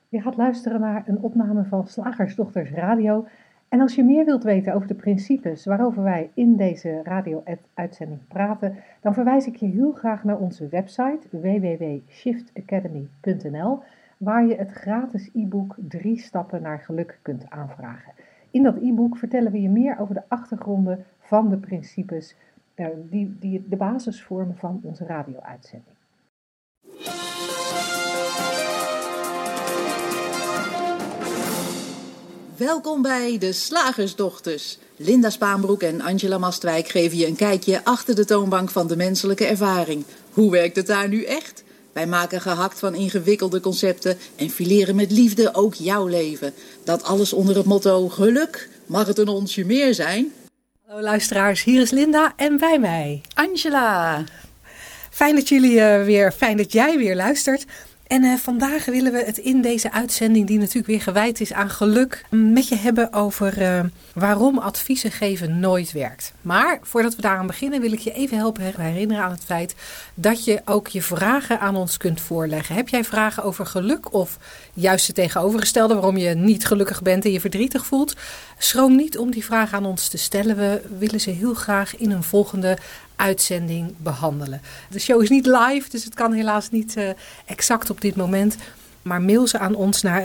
Je gaat luisteren naar een opname van Slagersdochters Radio. En als je meer wilt weten over de principes waarover wij in deze radio-uitzending praten, dan verwijs ik je heel graag naar onze website www.shiftacademy.nl, waar je het gratis e-book 3 stappen naar geluk kunt aanvragen. In dat e-book vertellen we je meer over de achtergronden van de principes die de basis vormen van onze radio-uitzending. Welkom bij de Slagersdochters. Linda Spaanbroek en Angela Mastwijk geven je een kijkje achter de toonbank van de menselijke ervaring. Hoe werkt het daar nu echt? Wij maken gehakt van ingewikkelde concepten en fileren met liefde ook jouw leven. Dat alles onder het motto geluk. Mag het een onsje meer zijn? Hallo luisteraars, hier is Linda en bij mij Angela. Fijn dat jij weer luistert. En vandaag willen we het in deze uitzending, die natuurlijk weer gewijd is aan geluk, met je hebben over waarom adviezen geven nooit werkt. Maar voordat we daaraan beginnen wil ik je even helpen herinneren aan het feit dat je ook je vragen aan ons kunt voorleggen. Heb jij vragen over geluk of juist het tegenovergestelde, waarom je niet gelukkig bent en je verdrietig voelt? Schroom niet om die vraag aan ons te stellen. We willen ze heel graag in een volgende uitzending behandelen. De show is niet live, dus het kan helaas niet exact op dit moment. Maar mail ze aan ons naar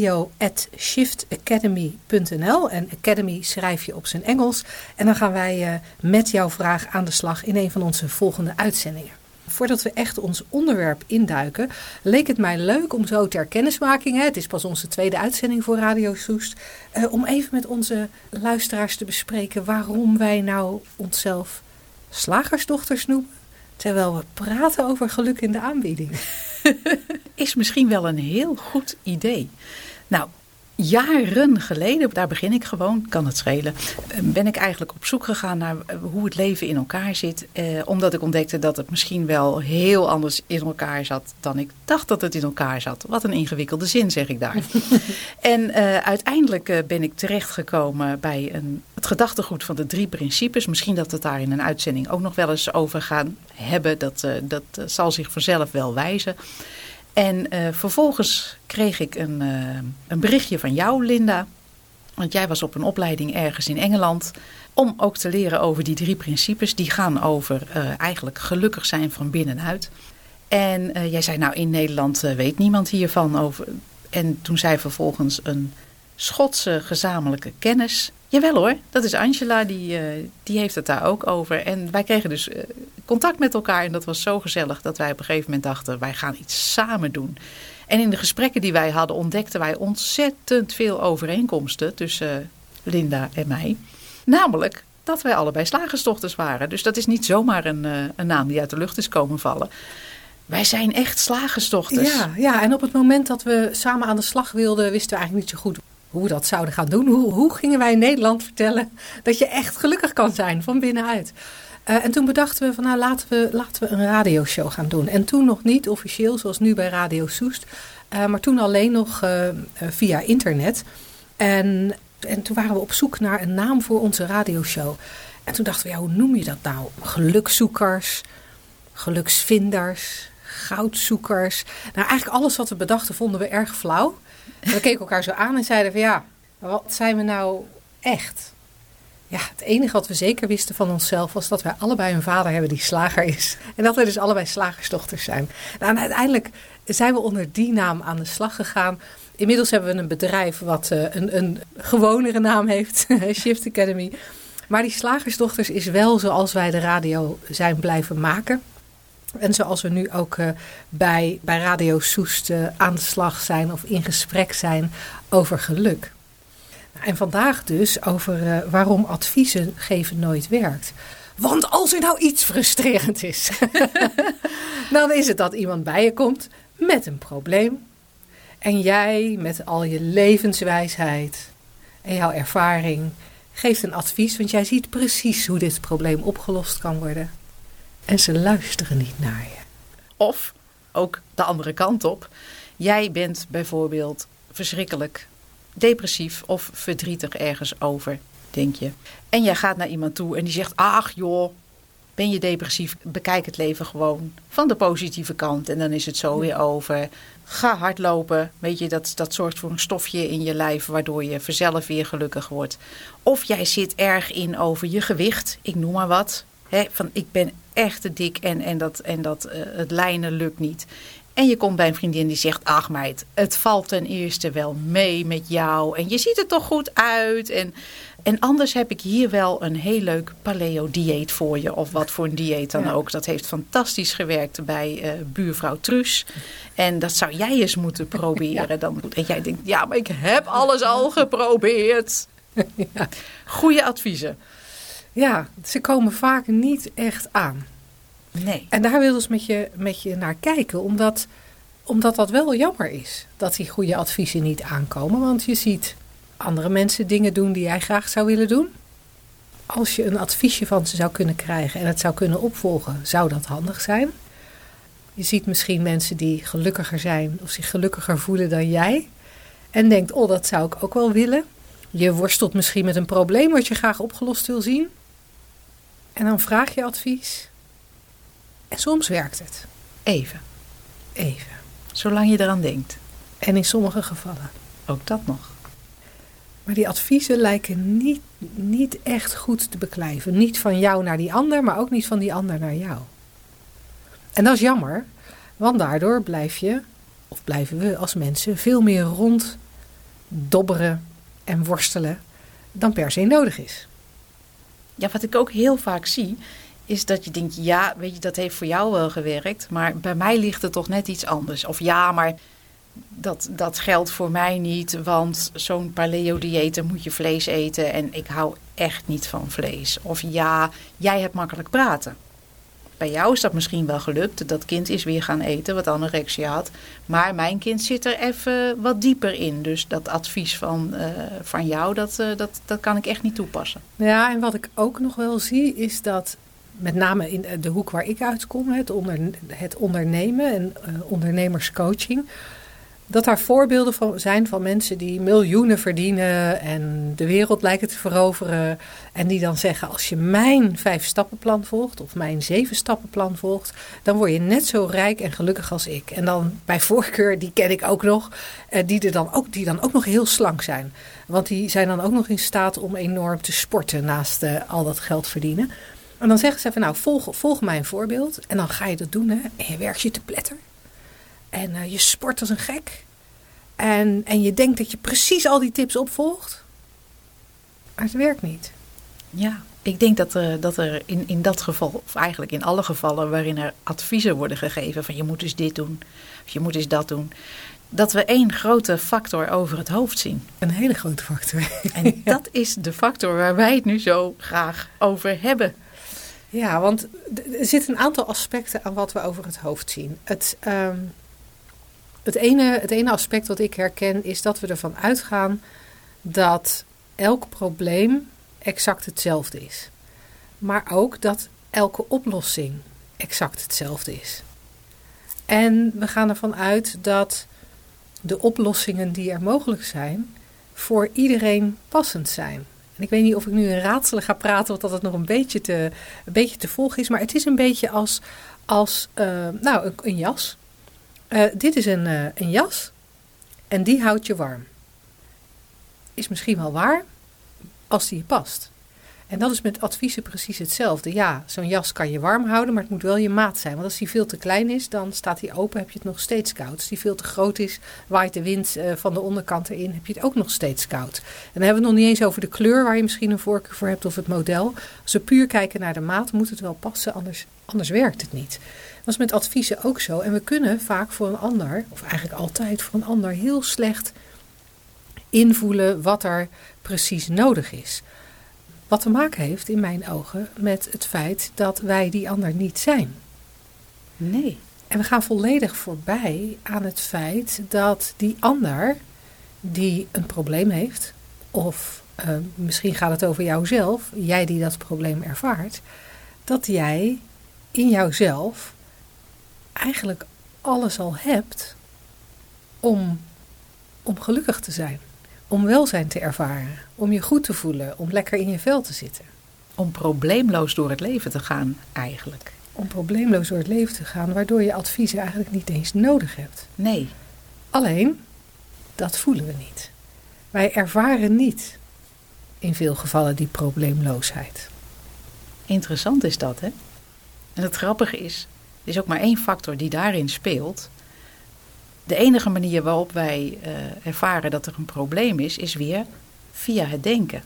radio@shiftacademy.nl. En Academy schrijf je op zijn Engels. En dan gaan wij met jouw vraag aan de slag in een van onze volgende uitzendingen. Voordat we echt ons onderwerp induiken, leek het mij leuk om zo ter kennismaking, het is pas onze tweede uitzending voor Radio Soest, om even met onze luisteraars te bespreken waarom wij nou onszelf slagersdochters noemen, terwijl we praten over geluk in de aanbieding. Is misschien wel een heel goed idee. Nou, jaren geleden, daar begin ik gewoon, kan het schelen, ben ik eigenlijk op zoek gegaan naar hoe het leven in elkaar zit. Omdat ik ontdekte dat het misschien wel heel anders in elkaar zat dan ik dacht dat het in elkaar zat. Wat een ingewikkelde zin, zeg ik daar. En uiteindelijk ben ik terechtgekomen bij het gedachtegoed van de 3 principes. Misschien dat we het daar in een uitzending ook nog wel eens over gaan hebben. Dat zal zich vanzelf wel wijzen. En vervolgens kreeg ik een berichtje van jou, Linda. Want jij was op een opleiding ergens in Engeland. Om ook te leren over die 3 principes. Die gaan over eigenlijk gelukkig zijn van binnenuit. En jij zei, nou in Nederland weet niemand hiervan over. En toen zei vervolgens een Schotse gezamenlijke kennis. Jawel hoor, dat is Angela, die heeft het daar ook over. En wij kregen dus contact met elkaar en dat was zo gezellig dat wij op een gegeven moment dachten, wij gaan iets samen doen. En in de gesprekken die wij hadden ontdekten wij ontzettend veel overeenkomsten tussen Linda en mij. Namelijk dat wij allebei slagersdochters waren. Dus dat is niet zomaar een naam die uit de lucht is komen vallen. Wij zijn echt slagersdochters. Ja, en op het moment dat we samen aan de slag wilden, wisten we eigenlijk niet zo goed hoe we dat zouden gaan doen. Hoe gingen wij in Nederland vertellen dat je echt gelukkig kan zijn van binnenuit? En toen bedachten we van nou laten we een radioshow gaan doen. En toen nog niet officieel zoals nu bij Radio Soest. Maar toen alleen nog via internet. En toen waren we op zoek naar een naam voor onze radioshow. En toen dachten we, hoe noem je dat nou? Gelukzoekers, geluksvinders, goudzoekers. Nou eigenlijk alles wat we bedachten vonden we erg flauw. En we keken elkaar zo aan en zeiden van wat zijn we nou echt? Ja, het enige wat we zeker wisten van onszelf was dat wij allebei een vader hebben die slager is. En dat we dus allebei slagersdochters zijn. Nou, en uiteindelijk zijn we onder die naam aan de slag gegaan. Inmiddels hebben we een bedrijf wat een gewonere naam heeft, Shift Academy. Maar die slagersdochters is wel zoals wij de radio zijn blijven maken. En zoals we nu ook bij Radio Soest aan de slag zijn of in gesprek zijn over geluk. En vandaag dus over waarom adviezen geven nooit werkt. Want als er nou iets frustrerend is, dan is het dat iemand bij je komt met een probleem. En jij met al je levenswijsheid en jouw ervaring geeft een advies. Want jij ziet precies hoe dit probleem opgelost kan worden. En ze luisteren niet naar je. Of ook de andere kant op. Jij bent bijvoorbeeld verschrikkelijk depressief of verdrietig ergens over, denk je. En jij gaat naar iemand toe en die zegt, ach joh, Ben je depressief, bekijk het leven gewoon van de positieve kant. En dan is het zo weer over. Ga hardlopen. Weet je, dat zorgt voor een stofje in je lijf waardoor je vanzelf weer gelukkig wordt. Of jij zit erg in over je gewicht. Ik noem maar wat. Van ik ben echt te dik en het lijnen lukt niet. En je komt bij een vriendin die zegt, ach meid, het valt ten eerste wel mee met jou. En je ziet er toch goed uit. En anders heb ik hier wel een heel leuk paleo-dieet voor je. Of wat voor een dieet dan ook. Dat heeft fantastisch gewerkt bij buurvrouw Truus. En dat zou jij eens moeten proberen. Ja. En jij denkt, ja, maar ik heb alles al geprobeerd. Ja. Goeie adviezen. Ja, ze komen vaak niet echt aan. Nee. En daar wil ik met je naar kijken. Omdat dat wel jammer is. Dat die goede adviezen niet aankomen. Want je ziet andere mensen dingen doen die jij graag zou willen doen. Als je een adviesje van ze zou kunnen krijgen en het zou kunnen opvolgen, zou dat handig zijn. Je ziet misschien mensen die gelukkiger zijn of zich gelukkiger voelen dan jij. En denkt, oh, dat zou ik ook wel willen. Je worstelt misschien met een probleem wat je graag opgelost wil zien. En dan vraag je advies. En soms werkt het. Even. Zolang je eraan denkt. En in sommige gevallen. Ook dat nog. Maar die adviezen lijken niet echt goed te beklijven. Niet van jou naar die ander, maar ook niet van die ander naar jou. En dat is jammer, want daardoor blijven we als mensen veel meer ronddobberen en worstelen dan per se nodig is. Ja, wat ik ook heel vaak zie, is dat je denkt, ja, weet je, dat heeft voor jou wel gewerkt, maar bij mij ligt het toch net iets anders. Of ja, maar dat geldt voor mij niet, want zo'n paleo-dieet moet je vlees eten en ik hou echt niet van vlees. Of ja, jij hebt makkelijk praten. Bij jou is dat misschien wel gelukt. Dat kind is weer gaan eten wat anorexia had. Maar mijn kind zit er even wat dieper in. Dus dat advies van jou, dat kan ik echt niet toepassen. Ja, en wat ik ook nog wel zie is dat met name in de hoek waar ik uitkom, het ondernemen en ondernemerscoaching, dat daar voorbeelden zijn van mensen die miljoenen verdienen en de wereld lijken te veroveren. En die dan zeggen, als je mijn 5-stappenplan volgt of mijn 7-stappenplan volgt, dan word je net zo rijk en gelukkig als ik. En dan bij voorkeur, die ken ik ook nog, die dan ook nog heel slank zijn. Want die zijn dan ook nog in staat om enorm te sporten naast al dat geld verdienen. En dan zeggen ze van, nou, volg mijn voorbeeld. En dan ga je dat doen, hè. En je werkt je te pletter. En je sport als een gek. En je denkt dat je precies al die tips opvolgt. Maar het werkt niet. Ja, ik denk dat er in dat geval, of eigenlijk in alle gevallen waarin er adviezen worden gegeven van je moet dus dit doen, of je moet dus dat doen, dat we één grote factor over het hoofd zien. Een hele grote factor. En dat is de factor waar wij het nu zo graag over hebben. Ja, want er zitten een aantal aspecten aan wat we over het hoofd zien. Het ene aspect wat ik herken is dat we ervan uitgaan dat elk probleem exact hetzelfde is. Maar ook dat elke oplossing exact hetzelfde is. En we gaan ervan uit dat de oplossingen die er mogelijk zijn voor iedereen passend zijn. En ik weet niet of ik nu in raadselen ga praten, of dat het nog een beetje te volgen is. Maar het is een beetje als een jas. Dit is een jas en die houdt je warm. Is misschien wel waar als die je past. En dat is met adviezen precies hetzelfde. Ja, zo'n jas kan je warm houden, maar het moet wel je maat zijn. Want als die veel te klein is, dan staat die open, heb je het nog steeds koud. Als die veel te groot is, waait de wind van de onderkant erin, heb je het ook nog steeds koud. En dan hebben we het nog niet eens over de kleur waar je misschien een voorkeur voor hebt of het model. Als we puur kijken naar de maat, moet het wel passen, anders werkt het niet. Dat is met adviezen ook zo. En we kunnen vaak voor een ander, of eigenlijk altijd voor een ander, heel slecht invoelen wat er precies nodig is. Wat te maken heeft in mijn ogen met het feit dat wij die ander niet zijn. Nee. En we gaan volledig voorbij aan het feit dat die ander die een probleem heeft, of misschien gaat het over jouzelf, jij die dat probleem ervaart, dat jij in jouzelf eigenlijk alles al hebt om gelukkig te zijn. Om welzijn te ervaren, om je goed te voelen, om lekker in je vel te zitten. om probleemloos door het leven te gaan eigenlijk. Om probleemloos door het leven te gaan, waardoor je adviezen eigenlijk niet eens nodig hebt. Nee. Alleen, dat voelen we niet. Wij ervaren niet in veel gevallen die probleemloosheid. Interessant is dat, hè? En het grappige is, er is ook maar één factor die daarin speelt. De enige manier waarop wij ervaren dat er een probleem is weer via het denken.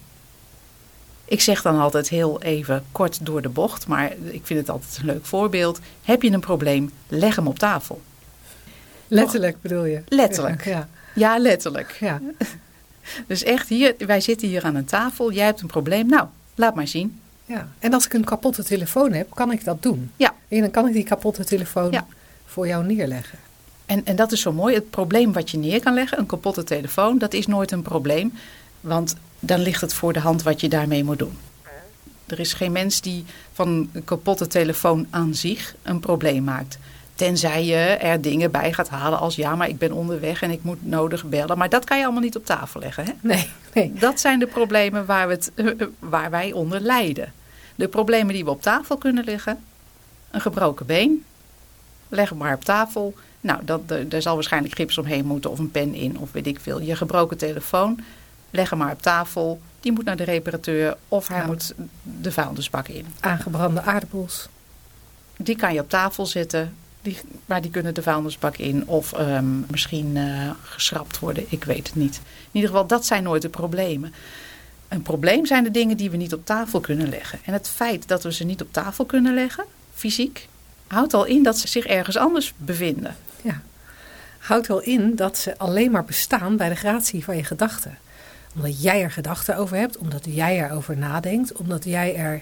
Ik zeg dan altijd heel even kort door de bocht, maar ik vind het altijd een leuk voorbeeld. Heb je een probleem, leg hem op tafel. Letterlijk bedoel je? Letterlijk. Ja. Ja, letterlijk. Ja. Dus echt, wij zitten hier aan een tafel, jij hebt een probleem, nou, laat maar zien. Ja. En als ik een kapotte telefoon heb, kan ik dat doen. Ja. En dan kan ik die kapotte telefoon voor jou neerleggen. En dat is zo mooi, het probleem wat je neer kan leggen, een kapotte telefoon, dat is nooit een probleem. Want dan ligt het voor de hand wat je daarmee moet doen. Er is geen mens die van een kapotte telefoon aan zich een probleem maakt. Tenzij je er dingen bij gaat halen als ja, maar ik ben onderweg en ik moet nodig bellen. Maar dat kan je allemaal niet op tafel leggen. Hè? Nee. Dat zijn de problemen waar wij onder lijden. De problemen die we op tafel kunnen leggen. Een gebroken been. Leg hem maar op tafel. Nou, daar zal waarschijnlijk gips omheen moeten of een pen in of weet ik veel. Je gebroken telefoon. Leg hem maar op tafel. Die moet naar de reparateur of hij moet de vuilnisbak in. Aangebrande aardappels. Die kan je op tafel zetten. Maar die kunnen de vuilnisbak in of misschien geschrapt worden. Ik weet het niet. In ieder geval, dat zijn nooit de problemen. Een probleem zijn de dingen die we niet op tafel kunnen leggen. En het feit dat we ze niet op tafel kunnen leggen, fysiek, houdt al in dat ze zich ergens anders bevinden. Ja, houdt wel in dat ze alleen maar bestaan bij de gratie van je gedachten. Omdat jij er gedachten over hebt, omdat jij erover nadenkt, omdat jij er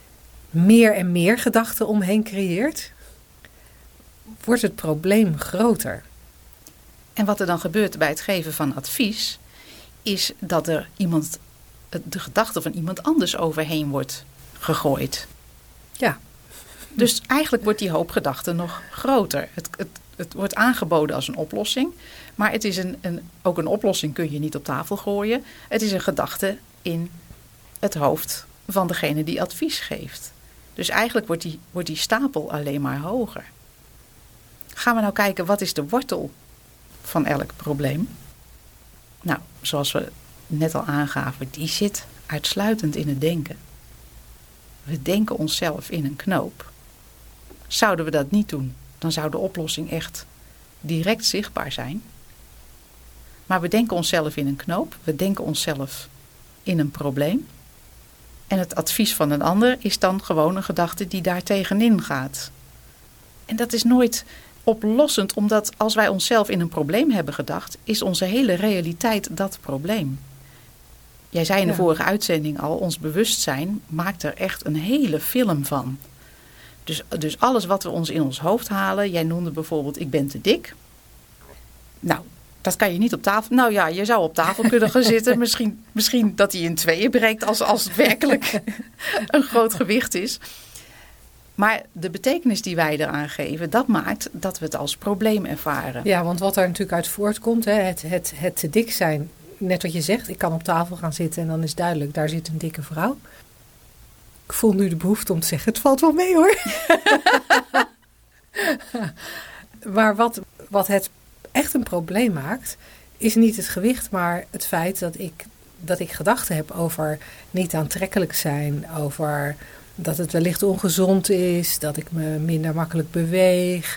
meer en meer gedachten omheen creëert, wordt het probleem groter. En wat er dan gebeurt bij het geven van advies, is dat er de gedachte van iemand anders overheen wordt gegooid. Ja. Dus eigenlijk wordt die hoop gedachten nog groter. Het wordt aangeboden als een oplossing. Maar het is ook een oplossing kun je niet op tafel gooien. Het is een gedachte in het hoofd van degene die advies geeft. Dus eigenlijk wordt die stapel alleen maar hoger. Gaan we nou kijken, wat is de wortel van elk probleem? Nou, zoals we net al aangaven, die zit uitsluitend in het denken. We denken onszelf in een knoop. Zouden we dat niet doen, dan zou de oplossing echt direct zichtbaar zijn. Maar we denken onszelf in een knoop, we denken onszelf in een probleem. En het advies van een ander is dan gewoon een gedachte die daar tegenin gaat. En dat is nooit oplossend, omdat als wij onszelf in een probleem hebben gedacht, is onze hele realiteit dat probleem. Jij zei in de vorige uitzending al, ons bewustzijn maakt er echt een hele film van. Dus alles wat we ons in ons hoofd halen, jij noemde bijvoorbeeld ik ben te dik. Nou, dat kan je niet op tafel. Nou ja, je zou op tafel kunnen gaan zitten. Misschien dat hij in tweeën breekt als het werkelijk een groot gewicht is. Maar de betekenis die wij eraan geven, dat maakt dat we het als probleem ervaren. Ja, want wat daar natuurlijk uit voortkomt, het te dik zijn. Net wat je zegt, ik kan op tafel gaan zitten en dan is duidelijk, daar zit een dikke vrouw. Ik voel nu de behoefte om te zeggen, het valt wel mee hoor. Maar wat het echt een probleem maakt, is niet het gewicht, maar het feit dat ik gedachten heb over niet aantrekkelijk zijn, over dat het wellicht ongezond is, dat ik me minder makkelijk beweeg,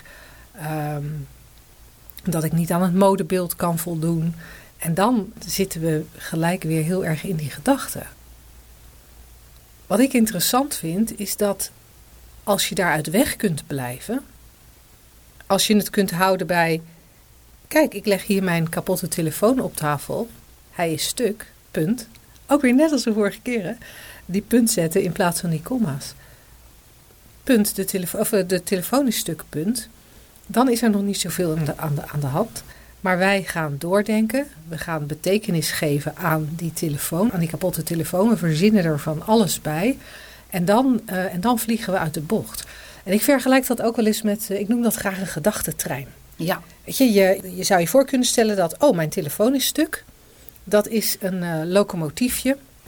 dat ik niet aan het modebeeld kan voldoen. En dan zitten we gelijk weer heel erg in die gedachten. Wat ik interessant vind, is dat als je daaruit weg kunt blijven, als je het kunt houden bij, kijk, ik leg hier mijn kapotte telefoon op tafel, hij is stuk, punt. Ook weer net als de vorige keren, die punt zetten in plaats van die komma's. Punt, de telefoon is stuk, punt. Dan is er nog niet zoveel aan de hand. Maar wij gaan doordenken, we gaan betekenis geven aan die telefoon, aan die kapotte telefoon. We verzinnen er van alles bij en dan vliegen we uit de bocht. En ik vergelijk dat ook wel eens met, ik noem dat graag een gedachtentrein. Ja. Weet je zou je voor kunnen stellen dat, mijn telefoon is stuk. Dat is een locomotiefje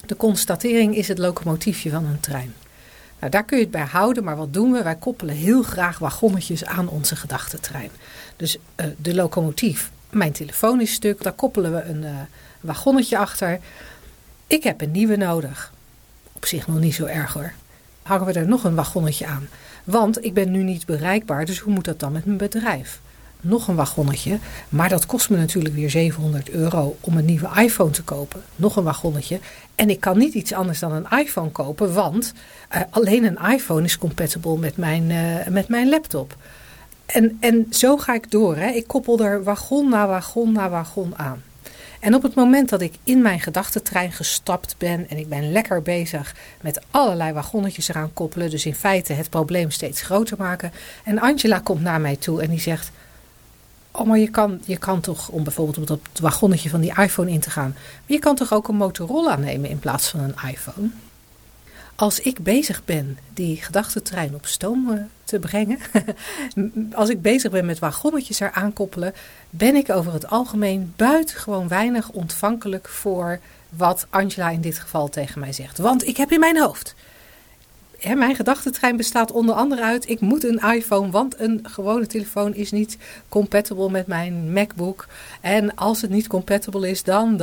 De constatering is het locomotiefje van een trein. Nou, daar kun je het bij houden, maar wat doen we? Wij koppelen heel graag wagonnetjes aan onze gedachtentrein. Dus de locomotief, mijn telefoon is stuk, daar koppelen we een wagonnetje achter. Ik heb een nieuwe nodig. Op zich nog niet zo erg hoor. Hangen we er nog een wagonnetje aan. Want ik ben nu niet bereikbaar, dus hoe moet dat dan met mijn bedrijf? Nog een wagonnetje, maar dat kost me natuurlijk weer €700 om een nieuwe iPhone te kopen. Nog een wagonnetje. En ik kan niet iets anders dan een iPhone kopen, want alleen een iPhone is compatible met mijn laptop. En zo ga ik door. Hè. Ik koppel er wagon na wagon na wagon aan. En op het moment dat ik in mijn gedachtentrein gestapt ben en ik ben lekker bezig met allerlei wagonnetjes eraan koppelen, dus in feite het probleem steeds groter maken. En Angela komt naar mij toe en die zegt, oh, maar je kan toch, om bijvoorbeeld op het wagonnetje van die iPhone in te gaan, maar je kan toch ook een Motorola nemen in plaats van een iPhone? Als ik bezig ben die gedachtentrein op stoom te brengen, als ik bezig ben met wagonnetjes eraan koppelen, ben ik over het algemeen buitengewoon weinig ontvankelijk voor wat Angela in dit geval tegen mij zegt. Want ik heb in mijn hoofd, mijn gedachtentrein bestaat onder andere uit, ik moet een iPhone, want een gewone telefoon is niet compatible met mijn MacBook. En als het niet compatible is, dan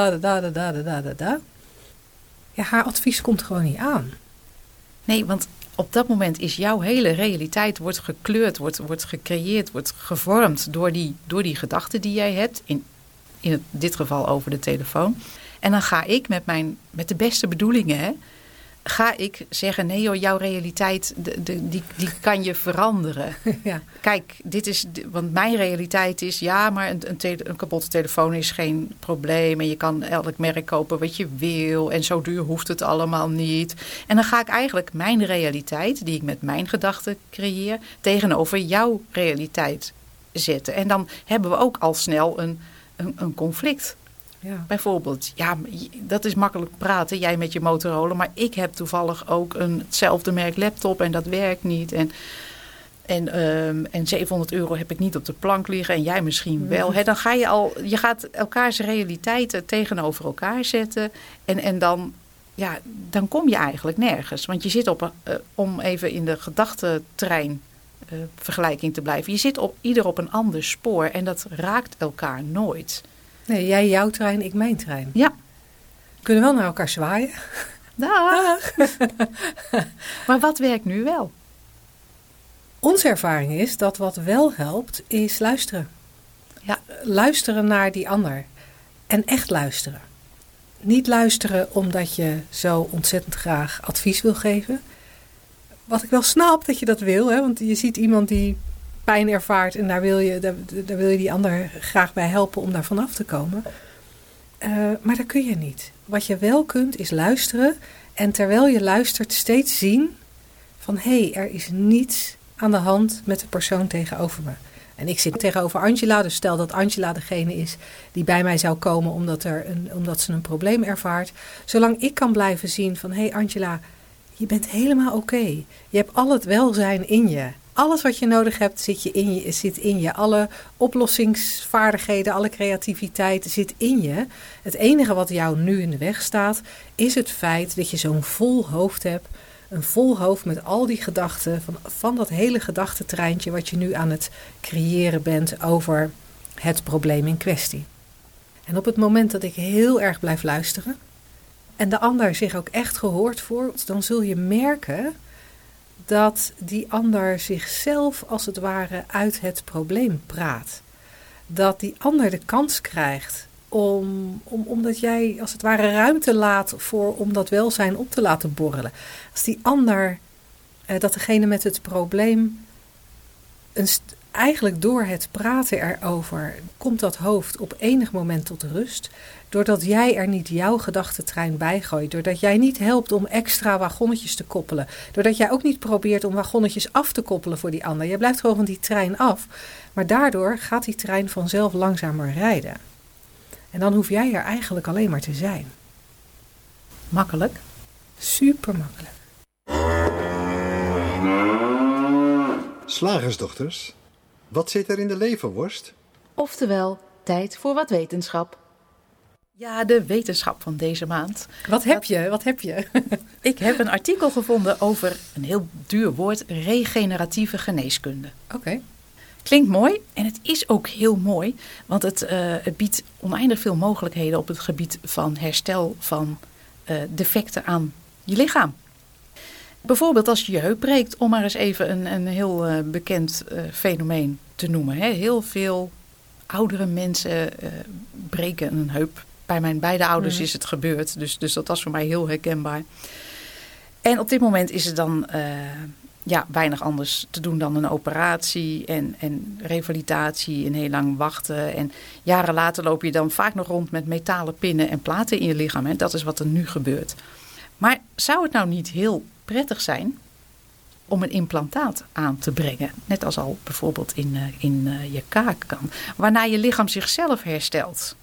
da. Ja, haar advies komt gewoon niet aan. Nee, want op dat moment is jouw hele realiteit wordt gekleurd, wordt gecreëerd, wordt gevormd door die gedachten die jij hebt. In dit geval over de telefoon. En dan ga ik met de beste bedoelingen, hè, ga ik zeggen, nee joh, jouw realiteit, die kan je veranderen. Ja. Kijk, want mijn realiteit is, ja, maar een kapotte telefoon is geen probleem. En je kan elk merk kopen wat je wil. En zo duur hoeft het allemaal niet. En dan ga ik eigenlijk mijn realiteit, die ik met mijn gedachten creëer, tegenover jouw realiteit zetten. En dan hebben we ook al snel een conflict. Ja. Bijvoorbeeld, ja, dat is makkelijk praten, jij met je Motorola, maar ik heb toevallig ook hetzelfde merk laptop en dat werkt niet. En €700 heb ik niet op de plank liggen en jij misschien wel. He, dan ga je gaat elkaars realiteiten tegenover elkaar zetten en dan kom je eigenlijk nergens. Want je zit om even in de gedachtentrein vergelijking te blijven, je zit ieder op een ander spoor en dat raakt elkaar nooit. Nee, jij jouw trein, ik mijn trein. Ja. We kunnen wel naar elkaar zwaaien. Dag. Maar wat werkt nu wel? Onze ervaring is dat wat wel helpt, is luisteren. Ja, luisteren naar die ander. En echt luisteren. Niet luisteren omdat je zo ontzettend graag advies wil geven. Wat ik wel snap dat je dat wil, hè, want je ziet iemand die pijn ervaart en daar wil je die ander graag bij helpen om daar vanaf te komen. Maar dat kun je niet. Wat je wel kunt is luisteren en terwijl je luistert steeds zien van er is niets aan de hand met de persoon tegenover me. En ik zit tegenover Angela, dus stel dat Angela degene is die bij mij zou komen omdat ze een probleem ervaart. Zolang ik kan blijven zien van Angela, je bent helemaal oké. Je hebt al het welzijn in je. Alles wat je nodig hebt zit in je. Alle oplossingsvaardigheden, alle creativiteit zit in je. Het enige wat jou nu in de weg staat, is het feit dat je zo'n vol hoofd hebt. Een vol hoofd met al die gedachten van dat hele gedachtentreintje wat je nu aan het creëren bent over het probleem in kwestie. En op het moment dat ik heel erg blijf luisteren en de ander zich ook echt gehoord voelt, dan zul je merken dat die ander zichzelf als het ware uit het probleem praat. Dat die ander de kans krijgt omdat jij als het ware ruimte laat om dat welzijn op te laten borrelen. Als die ander, dat degene met het probleem, eigenlijk door het praten erover, komt dat hoofd op enig moment tot rust. Doordat jij er niet jouw gedachtentrein bij gooit. Doordat jij niet helpt om extra wagonnetjes te koppelen. Doordat jij ook niet probeert om wagonnetjes af te koppelen voor die ander. Je blijft gewoon van die trein af. Maar daardoor gaat die trein vanzelf langzamer rijden. En dan hoef jij er eigenlijk alleen maar te zijn. Makkelijk? Super makkelijk. Slagersdochters, wat zit er in de leverworst? Oftewel, tijd voor wat wetenschap. Ja, de wetenschap van deze maand. Wat heb je? Ik heb een artikel gevonden over een heel duur woord, regeneratieve geneeskunde. Oké. Klinkt mooi en het is ook heel mooi, want het biedt oneindig veel mogelijkheden op het gebied van herstel van defecten aan je lichaam. Bijvoorbeeld als je je heup breekt, om maar eens even een heel bekend fenomeen te noemen. Hè. Heel veel oudere mensen breken een heup. Bij mijn beide ouders is het gebeurd, dus dat was voor mij heel herkenbaar. En op dit moment is er dan weinig anders te doen dan een operatie en revalidatie en heel lang wachten. En jaren later loop je dan vaak nog rond met metalen pinnen en platen in je lichaam. Hè. Dat is wat er nu gebeurt. Maar zou het nou niet heel prettig zijn om een implantaat aan te brengen? Net als al bijvoorbeeld in je kaak kan. Waarna je lichaam zichzelf herstelt.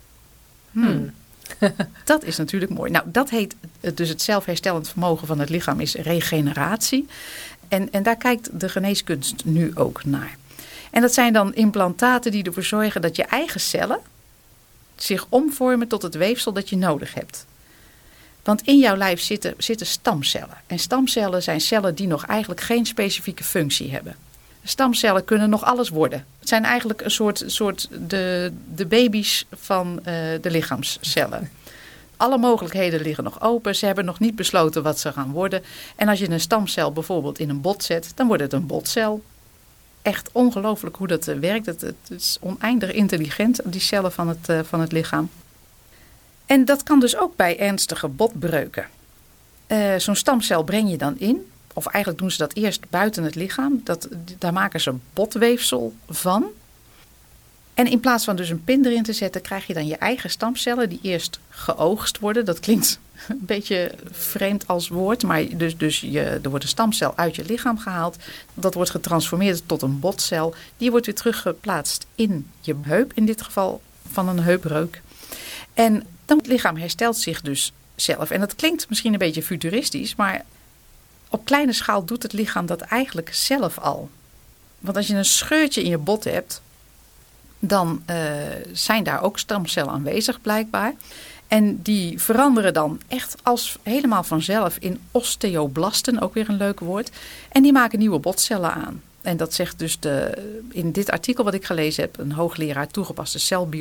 Dat is natuurlijk mooi. Nou, dat heet dus het zelfherstellend vermogen van het lichaam is regeneratie. En daar kijkt de geneeskunst nu ook naar. En dat zijn dan implantaten die ervoor zorgen dat je eigen cellen zich omvormen tot het weefsel dat je nodig hebt. Want in jouw lijf zitten stamcellen. En stamcellen zijn cellen die nog eigenlijk geen specifieke functie hebben. Stamcellen kunnen nog alles worden. Het zijn eigenlijk een soort de baby's van de lichaamscellen. Alle mogelijkheden liggen nog open. Ze hebben nog niet besloten wat ze gaan worden. En als je een stamcel bijvoorbeeld in een bot zet, dan wordt het een botcel. Echt ongelooflijk hoe dat werkt. Het is oneindig intelligent, die cellen van het lichaam. En dat kan dus ook bij ernstige botbreuken. Zo'n stamcel breng je dan in. Of eigenlijk doen ze dat eerst buiten het lichaam. Daar maken ze botweefsel van. En in plaats van dus een pin erin te zetten, krijg je dan je eigen stamcellen die eerst geoogst worden. Dat klinkt een beetje vreemd als woord, maar er wordt een stamcel uit je lichaam gehaald. Dat wordt getransformeerd tot een botcel. Die wordt weer teruggeplaatst in je heup, in dit geval van een heupbreuk. En dan het lichaam herstelt zich dus zelf. En dat klinkt misschien een beetje futuristisch, maar op kleine schaal doet het lichaam dat eigenlijk zelf al. Want als je een scheurtje in je bot hebt, dan zijn daar ook stamcellen aanwezig blijkbaar. En die veranderen dan echt als helemaal vanzelf in osteoblasten, ook weer een leuk woord. En die maken nieuwe botcellen aan. En dat zegt dus in dit artikel wat ik gelezen heb, een hoogleraar toegepaste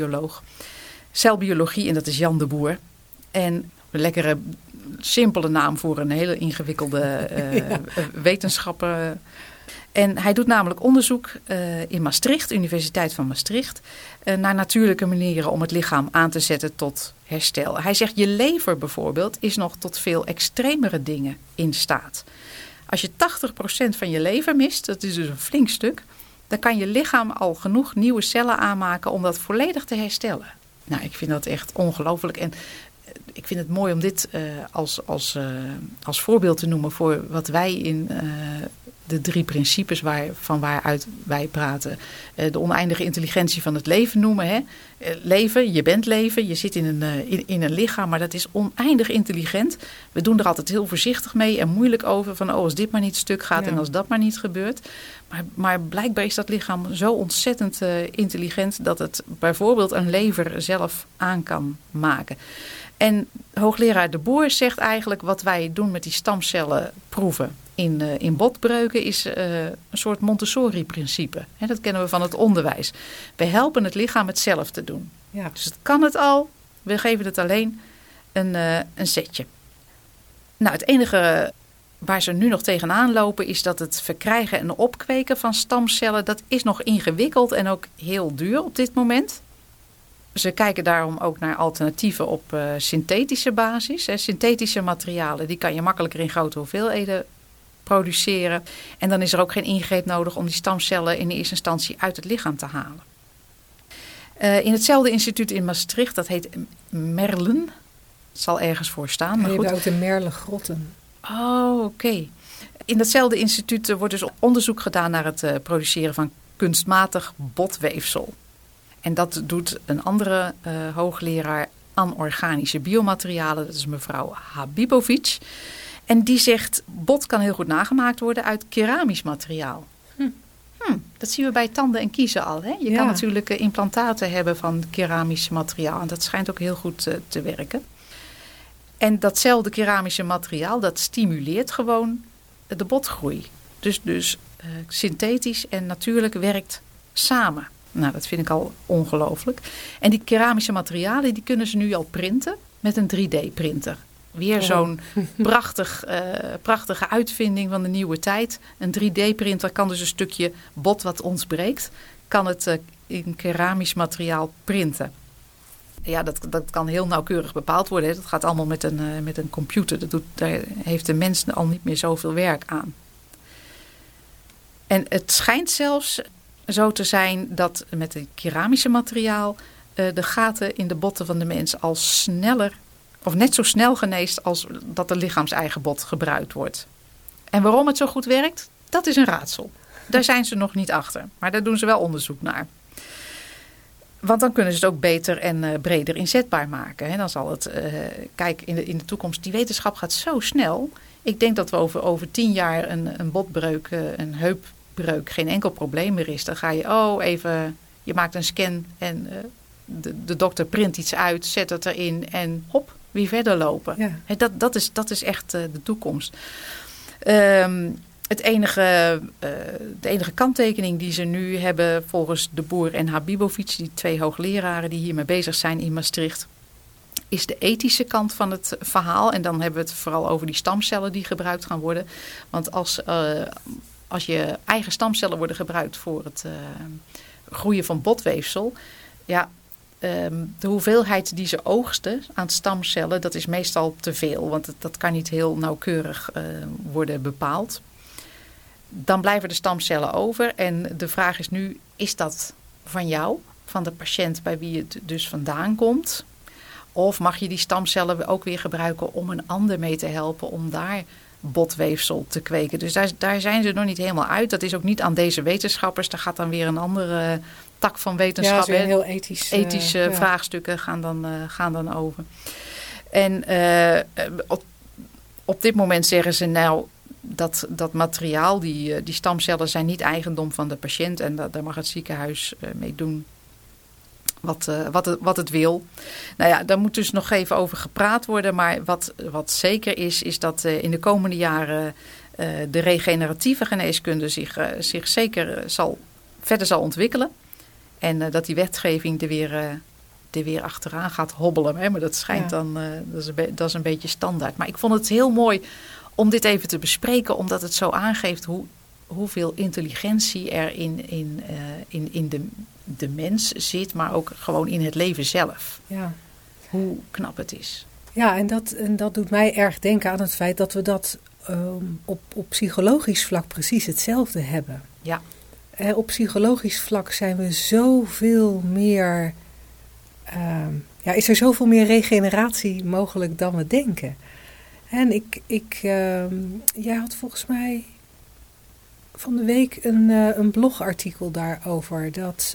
celbiologie, en dat is Jan de Boer. En een lekkere, simpele naam voor een hele ingewikkelde wetenschapper. En hij doet namelijk onderzoek in Maastricht, Universiteit van Maastricht, naar natuurlijke manieren om het lichaam aan te zetten tot herstel. Hij zegt, je lever bijvoorbeeld is nog tot veel extremere dingen in staat. Als je 80% van je lever mist, dat is dus een flink stuk, dan kan je lichaam al genoeg nieuwe cellen aanmaken om dat volledig te herstellen. Nou, ik vind dat echt ongelooflijk. En ik vind het mooi om dit als voorbeeld te noemen voor wat wij in de 3 principes van waaruit wij praten. De oneindige intelligentie van het leven noemen. Hè? Leven, je bent leven, je zit in een lichaam, maar dat is oneindig intelligent. We doen er altijd heel voorzichtig mee en moeilijk over van als dit maar niet stuk gaat en als dat maar niet gebeurt. Maar blijkbaar is dat lichaam zo ontzettend intelligent dat het bijvoorbeeld een lever zelf aan kan maken. En hoogleraar De Boer zegt eigenlijk wat wij doen met die stamcellen proeven in botbreuken is een soort Montessori-principe. Dat kennen we van het onderwijs. We helpen het lichaam het zelf te doen. Ja. Dus het kan het al, we geven het alleen een setje. Nou, het enige waar ze nu nog tegenaan lopen is dat het verkrijgen en opkweken van stamcellen, dat is nog ingewikkeld en ook heel duur op dit moment. Ze kijken daarom ook naar alternatieven op synthetische basis. Synthetische materialen, die kan je makkelijker in grote hoeveelheden produceren. En dan is er ook geen ingreep nodig om die stamcellen in eerste instantie uit het lichaam te halen. In hetzelfde instituut in Maastricht, dat heet Merlen. Het zal ergens voor staan. Maar je goed. hebt ook de Merle-grotten. Oh, oké. In datzelfde instituut wordt dus onderzoek gedaan naar het produceren van kunstmatig botweefsel. En dat doet een andere hoogleraar anorganische biomaterialen. Dat is mevrouw Habibovic. En die zegt, bot kan heel goed nagemaakt worden uit keramisch materiaal. Dat zien we bij tanden en kiezen al. Hè? Je kan natuurlijk implantaten hebben van keramisch materiaal. En dat schijnt ook heel goed te werken. En datzelfde keramische materiaal, dat stimuleert gewoon de botgroei. Dus synthetisch en natuurlijk werkt samen. Nou, dat vind ik al ongelooflijk. En die keramische materialen, die kunnen ze nu al printen met een 3D-printer. Weer zo'n prachtige uitvinding van de nieuwe tijd. Een 3D-printer kan dus een stukje bot wat ontbreekt, kan het in keramisch materiaal printen. Ja, dat kan heel nauwkeurig bepaald worden. Hè. Dat gaat allemaal met een computer. Daar heeft de mens al niet meer zoveel werk aan. En het schijnt zelfs zo te zijn dat met het keramische materiaal de gaten in de botten van de mens al sneller of net zo snel geneest als dat de lichaams-eigen bot gebruikt wordt. En waarom het zo goed werkt, dat is een raadsel. Daar zijn ze nog niet achter, maar daar doen ze wel onderzoek naar. Want dan kunnen ze het ook beter en breder inzetbaar maken. Hè. Dan zal het, kijk, in de toekomst, die wetenschap gaat zo snel. Ik denk dat we over 10 jaar een botbreuk, een heupbreuk, geen enkel probleem meer is. Dan ga je, je maakt een scan en de dokter print iets uit, zet het erin en hop, weer verder lopen. Ja. Dat is echt de toekomst. De enige kanttekening die ze nu hebben volgens de Boer en Habibovic, die 2 hoogleraren die hiermee bezig zijn in Maastricht, is de ethische kant van het verhaal. En dan hebben we het vooral over die stamcellen die gebruikt gaan worden. Want als je eigen stamcellen worden gebruikt voor het groeien van botweefsel, ja, de hoeveelheid die ze oogsten aan stamcellen, dat is meestal te veel. Want dat kan niet heel nauwkeurig worden bepaald. Dan blijven de stamcellen over. En de vraag is nu, is dat van jou, van de patiënt bij wie het dus vandaan komt? Of mag je die stamcellen ook weer gebruiken om een ander mee te helpen om daar botweefsel te kweken? Dus daar zijn ze nog niet helemaal uit. Dat is ook niet aan deze wetenschappers. Daar gaat dan weer een andere tak van wetenschap. Ja, heel ethische vraagstukken gaan dan over. En op dit moment zeggen ze nou, dat materiaal, die stamcellen zijn niet eigendom van de patiënt. En daar mag het ziekenhuis mee doen wat het wil. Nou ja, daar moet dus nog even over gepraat worden. Maar wat zeker is dat in de komende jaren de regeneratieve geneeskunde zich zeker verder zal ontwikkelen. En dat die wetgeving er weer achteraan gaat hobbelen. Hè? Maar dat schijnt dan, dat is een beetje standaard. Maar ik vond het heel mooi om dit even te bespreken, omdat het zo aangeeft hoeveel intelligentie er in de mens zit, maar ook gewoon in het leven zelf. Ja. Hoe knap het is. Ja, en dat doet mij erg denken aan het feit dat we dat op psychologisch vlak precies hetzelfde hebben. Ja. Op psychologisch vlak zijn we zoveel meer, is er zoveel meer regeneratie mogelijk dan we denken. En jij had volgens mij van de week een blogartikel daarover.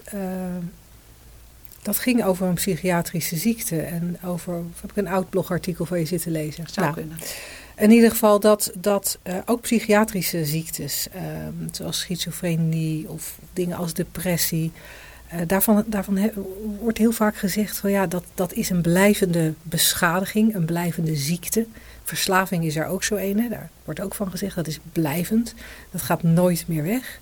Dat ging over een psychiatrische ziekte. En heb ik een oud blogartikel van je zitten lezen? Zou kunnen. In ieder geval dat ook psychiatrische ziektes, zoals schizofrenie of dingen als depressie, daarvan wordt heel vaak gezegd van ja, dat is een blijvende beschadiging, een blijvende ziekte. Verslaving is er ook zo een, hè? Daar wordt ook van gezegd dat is blijvend, dat gaat nooit meer weg.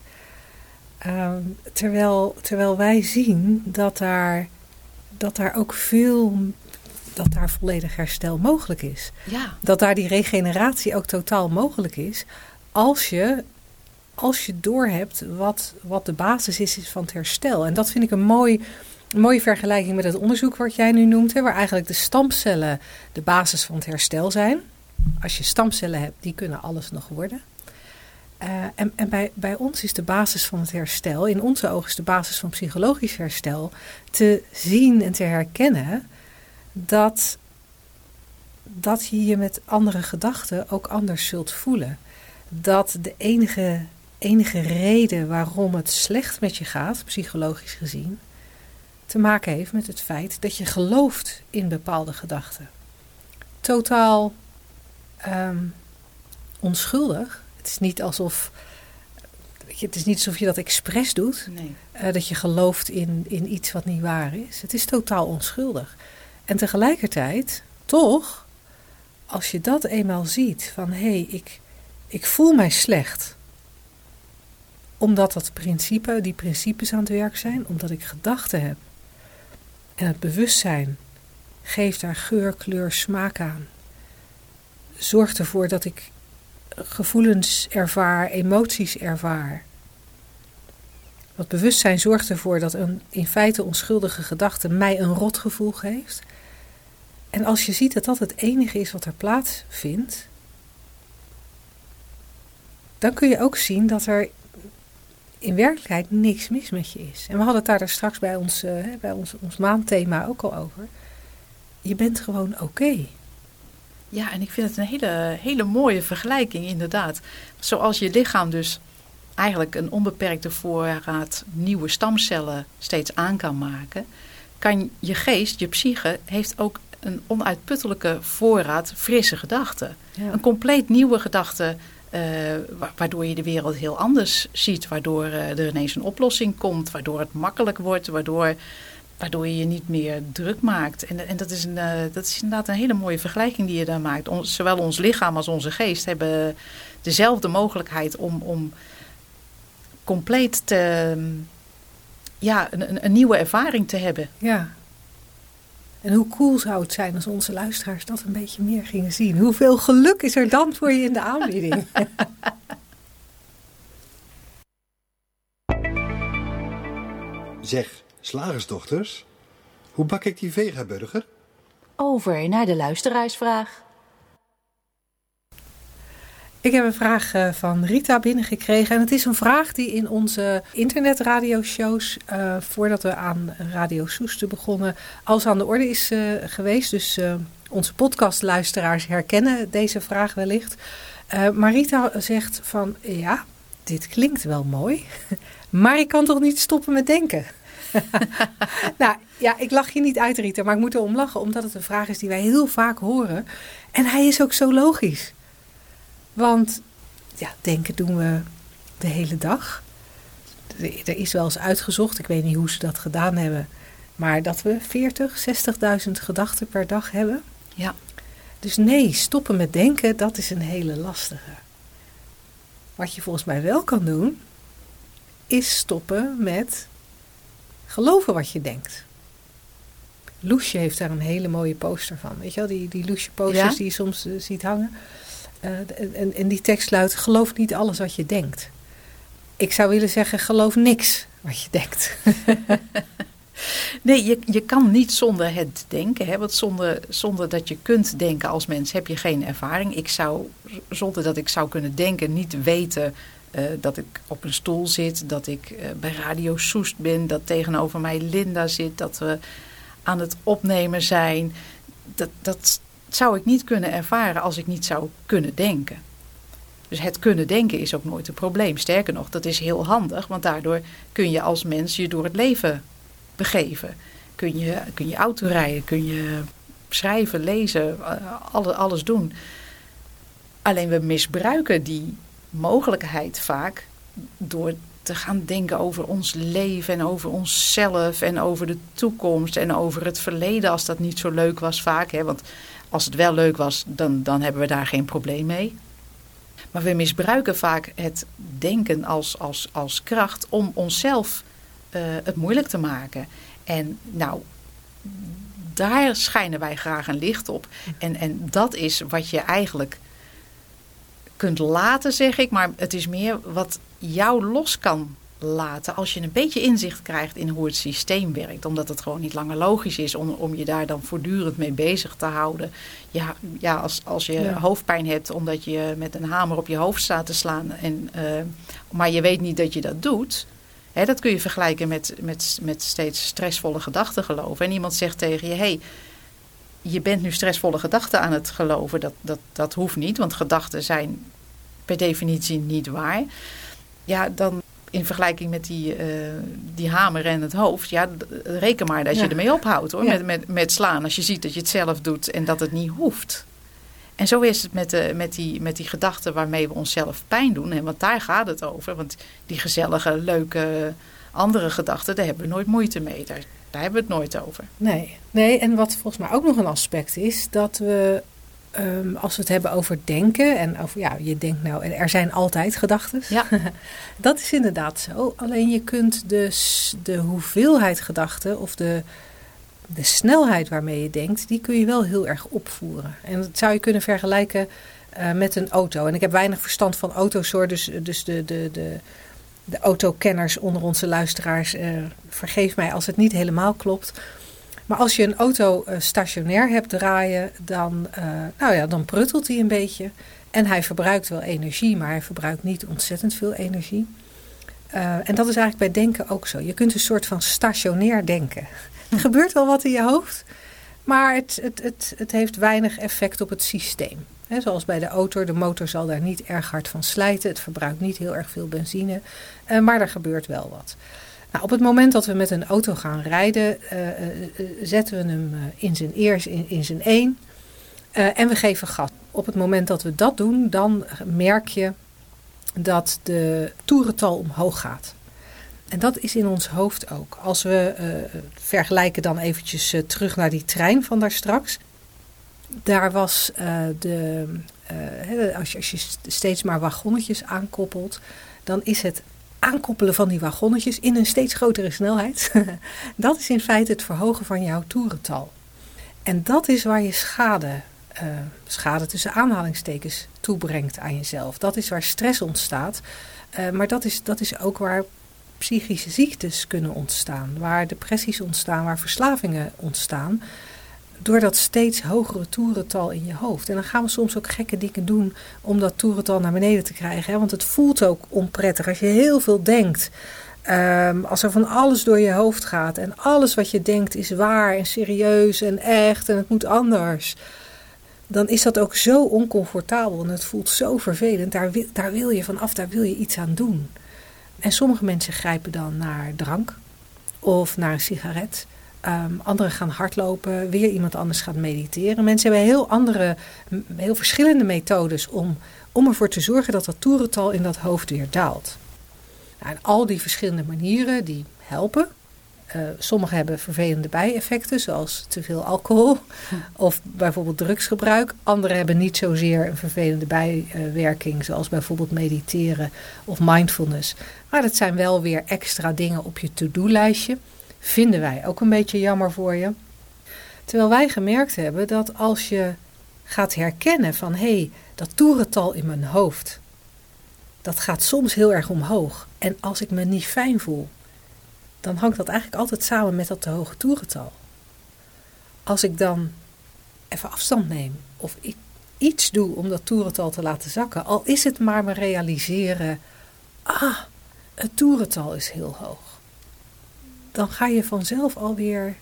Terwijl wij zien dat daar ook dat daar volledig herstel mogelijk is. Ja. Dat daar die regeneratie ook totaal mogelijk is als je doorhebt wat de basis is van het herstel. En dat vind ik een mooie vergelijking met het onderzoek wat jij nu noemt, hè, waar eigenlijk de stamcellen de basis van het herstel zijn. Als je stamcellen hebt, die kunnen alles nog worden. En bij ons is de basis van het herstel, in onze ogen is de basis van psychologisch herstel, te zien en te herkennen dat je je met andere gedachten ook anders zult voelen. Dat de enige reden waarom het slecht met je gaat, psychologisch gezien, te maken heeft met het feit dat je gelooft in bepaalde gedachten. Totaal onschuldig. Het is niet alsof het is niet alsof je dat expres doet. Nee. Dat je gelooft in iets wat niet waar is. Het is totaal onschuldig. En tegelijkertijd, toch, als je dat eenmaal ziet, van ik voel mij slecht. Omdat die principes aan het werk zijn, omdat ik gedachten heb. En het bewustzijn geeft daar geur, kleur, smaak aan. Zorgt ervoor dat ik gevoelens ervaar, emoties ervaar. Dat bewustzijn zorgt ervoor dat een in feite onschuldige gedachte mij een rotgevoel geeft. En als je ziet dat dat het enige is wat er plaatsvindt, dan kun je ook zien dat er in werkelijkheid niks mis met je is. En we hadden het daar straks bij ons maandthema ook al over. Je bent gewoon oké. Ja, en ik vind het een hele mooie vergelijking inderdaad. Zoals je lichaam dus eigenlijk een onbeperkte voorraad nieuwe stamcellen steeds aan kan maken, kan je geest, je psyche, heeft ook een onuitputtelijke voorraad frisse gedachten. Ja. Een compleet nieuwe gedachte, waardoor je de wereld heel anders ziet, waardoor er ineens een oplossing komt, waardoor het makkelijk wordt, waardoor je je niet meer druk maakt. En dat is inderdaad een hele mooie vergelijking die je daar maakt. Zowel ons lichaam als onze geest hebben dezelfde mogelijkheid om compleet een nieuwe ervaring te hebben. Ja. En hoe cool zou het zijn als onze luisteraars dat een beetje meer gingen zien? Hoeveel geluk is er dan voor je in de aanbieding? Zeg, slagersdochters, hoe bak ik die vegaburger? Over naar de luisteraarsvraag. Ik heb een vraag van Rita binnengekregen. En het is een vraag die in onze internetradioshows, voordat we aan Radio Soester begonnen, als aan de orde is geweest. Dus onze podcastluisteraars herkennen deze vraag wellicht. Maar Rita zegt van, ja, dit klinkt wel mooi, maar ik kan toch niet stoppen met denken? Nou ja, ik lach je niet uit, Rita, maar ik moet erom lachen, omdat het een vraag is die wij heel vaak horen. En hij is ook zo logisch. Want ja, denken doen we de hele dag. Er is wel eens uitgezocht, ik weet niet hoe ze dat gedaan hebben, maar dat we 60.000 gedachten per dag hebben. Ja. Dus nee, stoppen met denken, dat is een hele lastige. Wat je volgens mij wel kan doen, is stoppen met geloven wat je denkt. Loesje heeft daar een hele mooie poster van. Weet je wel, die Loesje posters die je soms ziet hangen. En die tekst luidt, geloof niet alles wat je denkt. Ik zou willen zeggen, geloof niks wat je denkt. Nee, je kan niet zonder het denken. Hè? Want zonder dat je kunt denken als mens heb je geen ervaring. Ik zou, zonder dat ik zou kunnen denken, niet weten dat ik op een stoel zit. Dat ik bij Radio Soest ben. Dat tegenover mij Linda zit. Dat we aan het opnemen zijn. Dat zou ik niet kunnen ervaren als ik niet zou kunnen denken. Dus het kunnen denken is ook nooit een probleem. Sterker nog, dat is heel handig. Want daardoor kun je als mens je door het leven begeven. Kun je autorijden, kun je schrijven, lezen, alles doen. Alleen we misbruiken die mogelijkheid vaak door te gaan denken over ons leven en over onszelf en over de toekomst en over het verleden als dat niet zo leuk was vaak. Hè? Want als het wel leuk was, dan hebben we daar geen probleem mee. Maar we misbruiken vaak het denken als kracht om onszelf het moeilijk te maken. En nou, daar schijnen wij graag een licht op. En dat is wat je eigenlijk kunt laten, zeg ik. Maar het is meer wat jou los kan laten als je een beetje inzicht krijgt in hoe het systeem werkt. Omdat het gewoon niet langer logisch is om je daar dan voortdurend mee bezig te houden. Ja, als je hoofdpijn hebt omdat je met een hamer op je hoofd staat te slaan. Maar je weet niet dat je dat doet. Hè, dat kun je vergelijken met steeds stressvolle gedachten geloven. En iemand zegt tegen je, hey, je bent nu stressvolle gedachten aan het geloven. Dat hoeft niet, want gedachten zijn per definitie niet waar. Ja, dan in vergelijking met die hamer en het hoofd. Ja, reken maar dat je ermee ophoudt hoor. Ja. Met slaan als je ziet dat je het zelf doet en dat het niet hoeft. En zo is het met die gedachten waarmee we onszelf pijn doen. Hè? Want daar gaat het over. Want die gezellige, leuke, andere gedachten, daar hebben we nooit moeite mee. Daar hebben we het nooit over. Nee, en wat volgens mij ook nog een aspect is, dat we, als we het hebben over denken en over, je denkt nou, er zijn altijd gedachten. Ja. Dat is inderdaad zo. Alleen je kunt dus de hoeveelheid gedachten of de snelheid waarmee je denkt, die kun je wel heel erg opvoeren. En dat zou je kunnen vergelijken met een auto. En ik heb weinig verstand van auto's hoor, dus de autokenners onder onze luisteraars, vergeef mij als het niet helemaal klopt. Maar als je een auto stationair hebt draaien, dan pruttelt hij een beetje. En hij verbruikt wel energie, maar hij verbruikt niet ontzettend veel energie. En dat is eigenlijk bij denken ook zo. Je kunt een soort van stationair denken. Er gebeurt wel wat in je hoofd, maar het heeft weinig effect op het systeem. He, zoals bij de auto, de motor zal daar niet erg hard van slijten. Het verbruikt niet heel erg veel benzine, maar er gebeurt wel wat. Nou, op het moment dat we met een auto gaan rijden, zetten we hem in zijn één en we geven gas. Op het moment dat we dat doen, dan merk je dat de toerental omhoog gaat. En dat is in ons hoofd ook. Als we vergelijken dan eventjes terug naar die trein van daar straks. Daar was als je steeds maar wagonnetjes aankoppelt, dan is het aankoppelen van die wagonnetjes in een steeds grotere snelheid. Dat is in feite het verhogen van jouw toerental. En dat is waar je schade tussen aanhalingstekens toebrengt aan jezelf. Dat is waar stress ontstaat. Maar dat is ook waar psychische ziektes kunnen ontstaan. Waar depressies ontstaan, waar verslavingen ontstaan. Door dat steeds hogere toerental in je hoofd. En dan gaan we soms ook gekke dingen doen om dat toerental naar beneden te krijgen. Hè? Want het voelt ook onprettig als je heel veel denkt. Als er van alles door je hoofd gaat. En alles wat je denkt is waar en serieus en echt en het moet anders. Dan is dat ook zo oncomfortabel en het voelt zo vervelend. Daar wil je vanaf, daar wil je iets aan doen. En sommige mensen grijpen dan naar drank of naar een sigaret. Anderen gaan hardlopen, weer iemand anders gaat mediteren. Mensen hebben heel verschillende methodes om ervoor te zorgen dat toerental in dat hoofd weer daalt. Nou, en al die verschillende manieren die helpen. Sommige hebben vervelende bijeffecten, zoals te veel alcohol of bijvoorbeeld drugsgebruik. Anderen hebben niet zozeer een vervelende bijwerking, zoals bijvoorbeeld mediteren of mindfulness. Maar dat zijn wel weer extra dingen op je to-do-lijstje. Vinden wij ook een beetje jammer voor je. Terwijl wij gemerkt hebben dat als je gaat herkennen van dat toerental in mijn hoofd, dat gaat soms heel erg omhoog. En als ik me niet fijn voel, dan hangt dat eigenlijk altijd samen met dat te hoge toerental. Als ik dan even afstand neem of iets doe om dat toerental te laten zakken, al is het maar me realiseren, het toerental is heel hoog. Dan ga je vanzelf alweer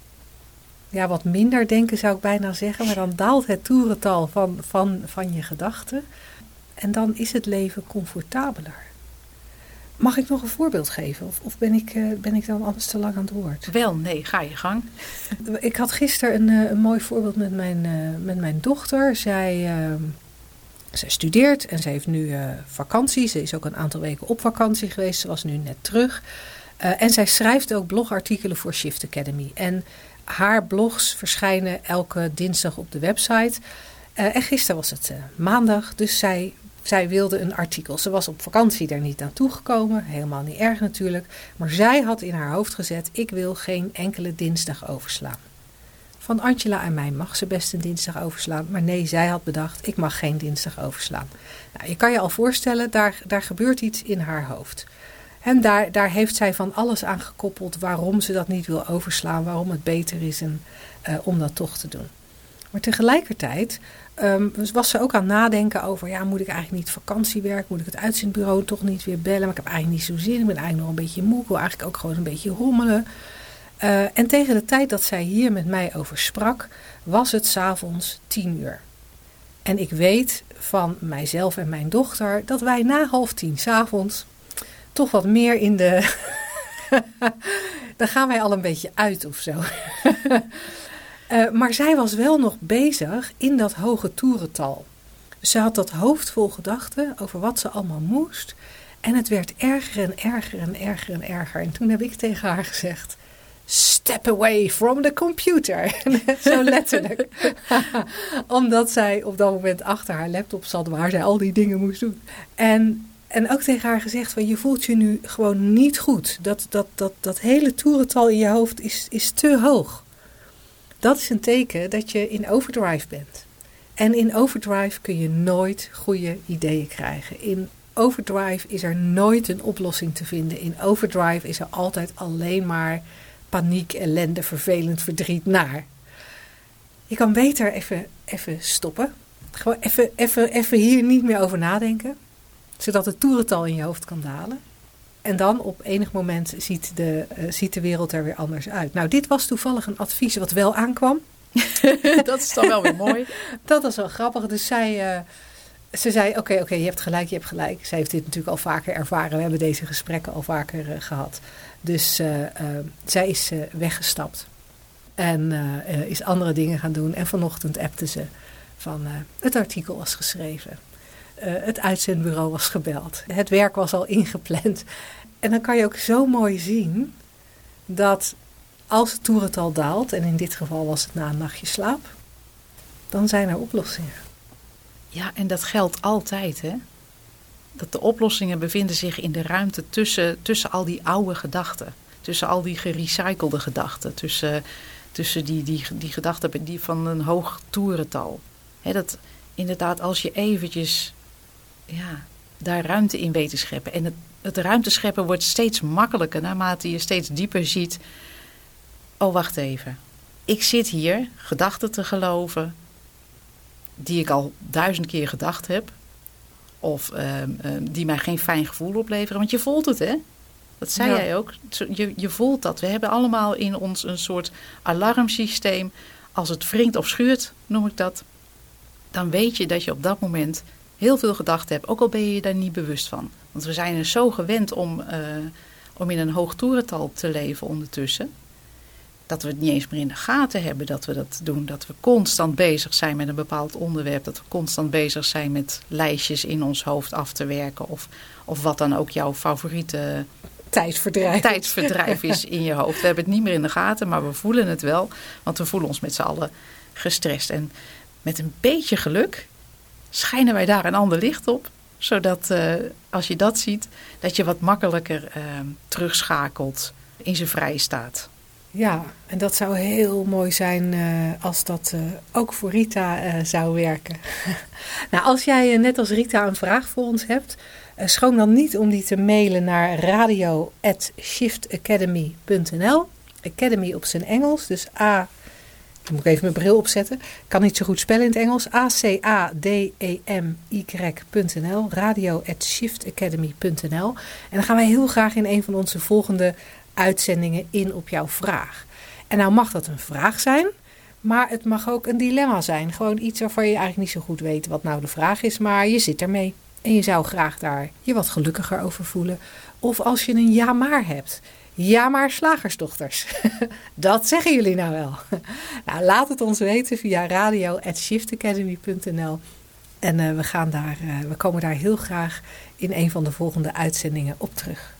wat minder denken, zou ik bijna zeggen. Maar dan daalt het toerental van je gedachten. En dan is het leven comfortabeler. Mag ik nog een voorbeeld geven? Of ben ik dan anders te lang aan het woord? Wel, nee, ga je gang. Ik had gisteren een mooi voorbeeld met mijn dochter. Zij studeert en ze heeft nu vakantie. Ze is ook een aantal weken op vakantie geweest. Ze was nu net terug. En zij schrijft ook blogartikelen voor Shift Academy. En haar blogs verschijnen elke dinsdag op de website. En gisteren was het maandag, dus zij wilde een artikel. Ze was op vakantie daar niet naartoe gekomen. Helemaal niet erg natuurlijk. Maar zij had in haar hoofd gezet, ik wil geen enkele dinsdag overslaan. Van Angela en mij mag ze best een dinsdag overslaan. Maar nee, zij had bedacht, ik mag geen dinsdag overslaan. Nou, je kan je al voorstellen, daar gebeurt iets in haar hoofd. En daar heeft zij van alles aan gekoppeld waarom ze dat niet wil overslaan. Waarom het beter is om dat toch te doen. Maar tegelijkertijd was ze ook aan het nadenken over, moet ik eigenlijk niet vakantiewerk? Moet ik het uitzendbureau toch niet weer bellen? Maar ik heb eigenlijk niet zo zin. Ik ben eigenlijk nog een beetje moe. Ik wil eigenlijk ook gewoon een beetje rommelen. En tegen de tijd dat zij hier met mij over sprak, was het 's avonds 10:00. En ik weet van mijzelf en mijn dochter dat wij na 9:30 's avonds toch wat meer in de... Dan gaan wij al een beetje uit of zo. Maar zij was wel nog bezig in dat hoge toerental. Ze had dat hoofd vol gedachten over wat ze allemaal moest. En het werd erger en erger en erger en erger. En toen heb ik tegen haar gezegd: step away from the computer. Zo letterlijk. Omdat zij op dat moment achter haar laptop zat waar zij al die dingen moest doen. En ook tegen haar gezegd van je voelt je nu gewoon niet goed. Dat hele toerental in je hoofd is te hoog. Dat is een teken dat je in overdrive bent. En in overdrive kun je nooit goede ideeën krijgen. In overdrive is er nooit een oplossing te vinden. In overdrive is er altijd alleen maar paniek, ellende, vervelend, verdriet, naar. Je kan beter even stoppen. Gewoon even hier niet meer over nadenken. Zodat het toerental in je hoofd kan dalen. En dan op enig moment ziet de wereld er weer anders uit. Nou, dit was toevallig een advies wat wel aankwam. Dat is dan wel weer mooi. Dat was wel grappig. Dus ze zei, oké, je hebt gelijk. Zij heeft dit natuurlijk al vaker ervaren. We hebben deze gesprekken al vaker gehad. Dus zij is weggestapt. En is andere dingen gaan doen. En vanochtend appte ze van het artikel was geschreven. Het uitzendbureau was gebeld. Het werk was al ingepland. En dan kan je ook zo mooi zien dat als het toerental daalt, en in dit geval was het na een nachtje slaap, dan zijn er oplossingen. Ja, en dat geldt altijd, hè? Dat de oplossingen bevinden zich in de ruimte tussen al die oude gedachten. Tussen al die gerecyclede gedachten. Tussen die gedachten die van een hoog toerental. Hè, dat inderdaad, als je eventjes daar ruimte in weet te scheppen. En het ruimte scheppen wordt steeds makkelijker naarmate je steeds dieper ziet. Oh, wacht even. Ik zit hier gedachten te geloven die ik al 1000 keer gedacht heb. Of die mij geen fijn gevoel opleveren. Want je voelt het, hè? Dat zei jij ook. Je voelt dat. We hebben allemaal in ons een soort alarmsysteem. Als het wringt of schuurt, noem ik dat. Dan weet je dat je op dat moment heel veel gedachten hebt. Ook al ben je je daar niet bewust van. Want we zijn er zo gewend om in een hoog toerental te leven ondertussen. Dat we het niet eens meer in de gaten hebben dat we dat doen. Dat we constant bezig zijn met een bepaald onderwerp. Dat we constant bezig zijn met lijstjes in ons hoofd af te werken. Of wat dan ook jouw favoriete tijdsverdrijf is in je hoofd. We hebben het niet meer in de gaten, maar we voelen het wel. Want we voelen ons met z'n allen gestrest. En met een beetje geluk schijnen wij daar een ander licht op. Zodat als je dat ziet, dat je wat makkelijker terugschakelt in zijn vrije staat. Ja, en dat zou heel mooi zijn als dat ook voor Rita zou werken. Nou, als jij net als Rita een vraag voor ons hebt, schroom dan niet om die te mailen naar radio@shiftacademy.nl. Academy op zijn Engels, dus dan moet ik even mijn bril opzetten. Ik kan niet zo goed spellen in het Engels. ACADEMY.nl. radio@shiftacademy.nl. En dan gaan wij heel graag in een van onze volgende uitzendingen in op jouw vraag. En nou mag dat een vraag zijn, maar het mag ook een dilemma zijn. Gewoon iets waarvan je eigenlijk niet zo goed weet wat nou de vraag is, maar je zit ermee. En je zou graag daar je wat gelukkiger over voelen. Of als je een ja maar hebt. Ja maar slagersdochters. Dat zeggen jullie nou wel. Nou, laat het ons weten via radio@shiftacademy.nl. En we komen daar heel graag in een van de volgende uitzendingen op terug.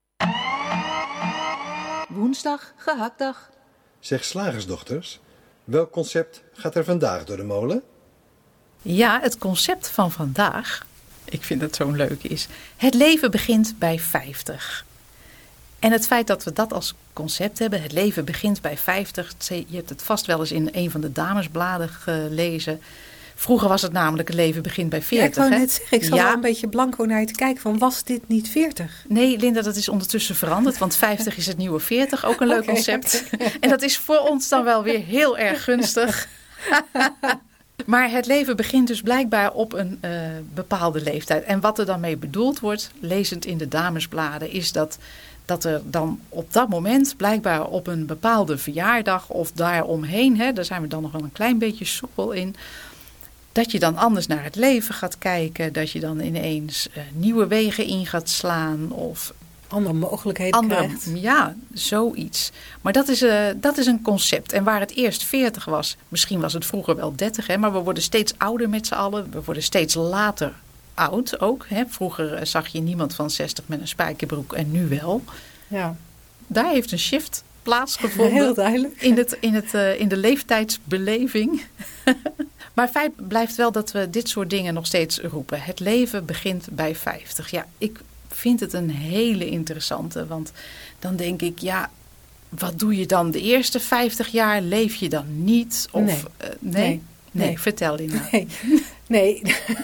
Woensdag, gehaktdag. Zeg slagersdochters, welk concept gaat er vandaag door de molen? Ja, het concept van vandaag, ik vind dat zo'n leuke is. Het leven begint bij 50. En het feit dat we dat als concept hebben, het leven begint bij 50. Je hebt het vast wel eens in een van de damesbladen gelezen. Vroeger was het namelijk het leven begint bij 40. Ja, ik wou net zeggen, ik zat wel een beetje blanco naar je te kijken van, was dit niet 40? Nee, Linda, dat is ondertussen veranderd, want 50 is het nieuwe 40. Ook een leuk concept. En dat is voor ons dan wel weer heel erg gunstig. Maar het leven begint dus blijkbaar op een bepaalde leeftijd. En wat er dan mee bedoeld wordt, lezend in de damesbladen, is dat er dan op dat moment blijkbaar op een bepaalde verjaardag of daaromheen, daar zijn we dan nog wel een klein beetje soepel in, dat je dan anders naar het leven gaat kijken, dat je dan ineens nieuwe wegen in gaat slaan of andere mogelijkheden krijgt. Ja, zoiets. Maar dat is een concept. En waar het eerst 40 was, misschien was het vroeger wel 30, hè, maar we worden steeds ouder met z'n allen. We worden steeds later oud ook. Hè. Vroeger zag je niemand van 60 met een spijkerbroek en nu wel. Ja. Daar heeft een shift plaatsgevonden. Heel duidelijk. In de leeftijdsbeleving. Maar feit blijft wel dat we dit soort dingen nog steeds roepen. Het leven begint bij 50. Ja, ik vind het een hele interessante. Want dan denk ik, ja, wat doe je dan de eerste 50 jaar? Leef je dan niet? Of, nee, vertel Linda. Nee.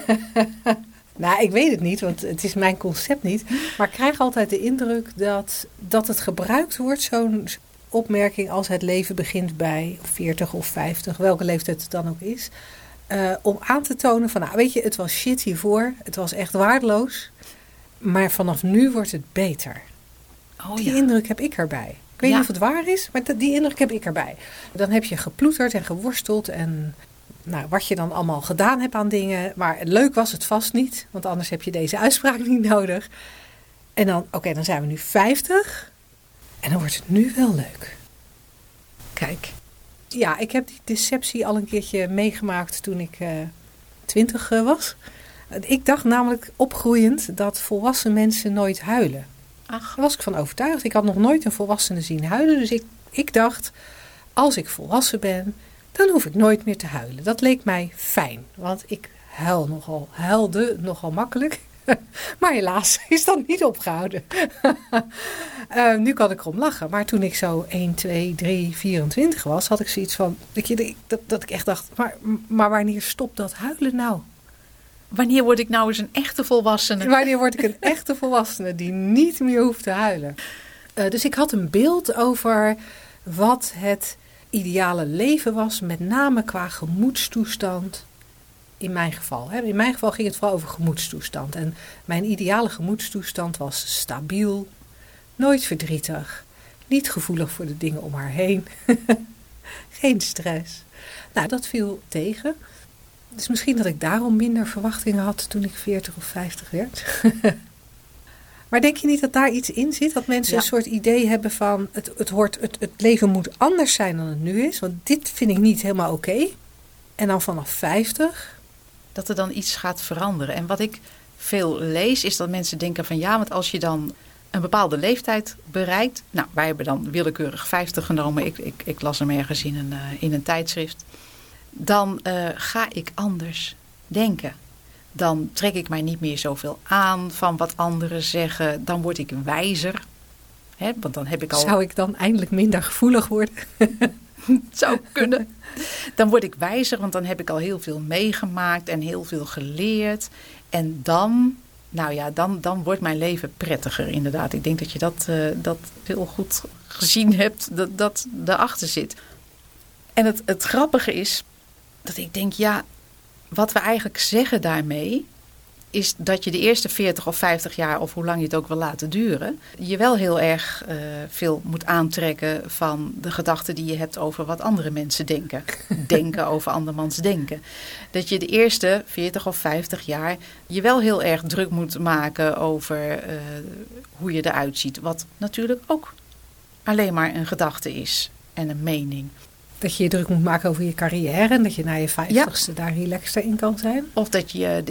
Nou, ik weet het niet, want het is mijn concept niet. Maar ik krijg altijd de indruk dat het gebruikt wordt, zo'n opmerking als het leven begint bij 40 of 50, welke leeftijd het dan ook is. Om aan te tonen van, nou weet je, het was shit hiervoor. Het was echt waardeloos. Maar vanaf nu wordt het beter. Die indruk heb ik erbij. Ik weet niet of het waar is, maar die indruk heb ik erbij. Dan heb je geploeterd en geworsteld en nou, wat je dan allemaal gedaan hebt aan dingen. Maar leuk was het vast niet, want anders heb je deze uitspraak niet nodig. En dan, dan zijn we nu 50 en dan wordt het nu wel leuk. Kijk. Ja, ik heb die deceptie al een keertje meegemaakt toen ik 20 was. Ik dacht namelijk opgroeiend dat volwassen mensen nooit huilen. Ach. Daar was ik van overtuigd. Ik had nog nooit een volwassene zien huilen. Dus ik dacht, als ik volwassen ben, dan hoef ik nooit meer te huilen. Dat leek mij fijn, want ik huilde nogal makkelijk. Maar helaas is dat niet opgehouden. Nu kan ik erom lachen. Maar toen ik zo 1, 2, 3, 24 was, had ik zoiets van dat ik echt dacht, maar wanneer stopt dat huilen nou? Wanneer word ik nou eens een echte volwassene? Wanneer word ik een echte volwassene die niet meer hoeft te huilen? Dus ik had een beeld over wat het ideale leven was, met name qua gemoedstoestand. In mijn geval. In mijn geval ging het vooral over gemoedstoestand. En mijn ideale gemoedstoestand was stabiel, nooit verdrietig, niet gevoelig voor de dingen om haar heen, geen stress. Nou, dat viel tegen. Dus misschien dat ik daarom minder verwachtingen had toen ik 40 of 50 werd. Maar denk je niet dat daar iets in zit? Dat mensen een soort idee hebben van het leven moet anders zijn dan het nu is. Want dit vind ik niet helemaal oké. En dan vanaf 50... dat er dan iets gaat veranderen. En wat ik veel lees is dat mensen denken van ja, want als je dan een bepaalde leeftijd bereikt. Nou, wij hebben dan willekeurig 50 genomen. Ik las hem ergens in een tijdschrift. Dan ga ik anders denken. Dan trek ik mij niet meer zoveel aan van wat anderen zeggen. Dan word ik wijzer. Want dan heb ik al... Zou ik dan eindelijk minder gevoelig worden? Zou kunnen. Dan word ik wijzer, want dan heb ik al heel veel meegemaakt en heel veel geleerd. En dan, dan wordt mijn leven prettiger inderdaad. Ik denk dat je dat heel goed gezien hebt, dat daarachter zit. En het grappige is dat ik denk, wat we eigenlijk zeggen daarmee is dat je de eerste 40 of 50 jaar, of hoe lang je het ook wil laten duren, je wel heel erg veel moet aantrekken van de gedachten die je hebt over wat andere mensen denken. Denken over andermans denken. Dat je de eerste 40 of 50 jaar je wel heel erg druk moet maken over hoe je eruit ziet. Wat natuurlijk ook alleen maar een gedachte is en een mening. Dat je je druk moet maken over je carrière en dat je na je 50ste daar relaxter in kan zijn. Of dat je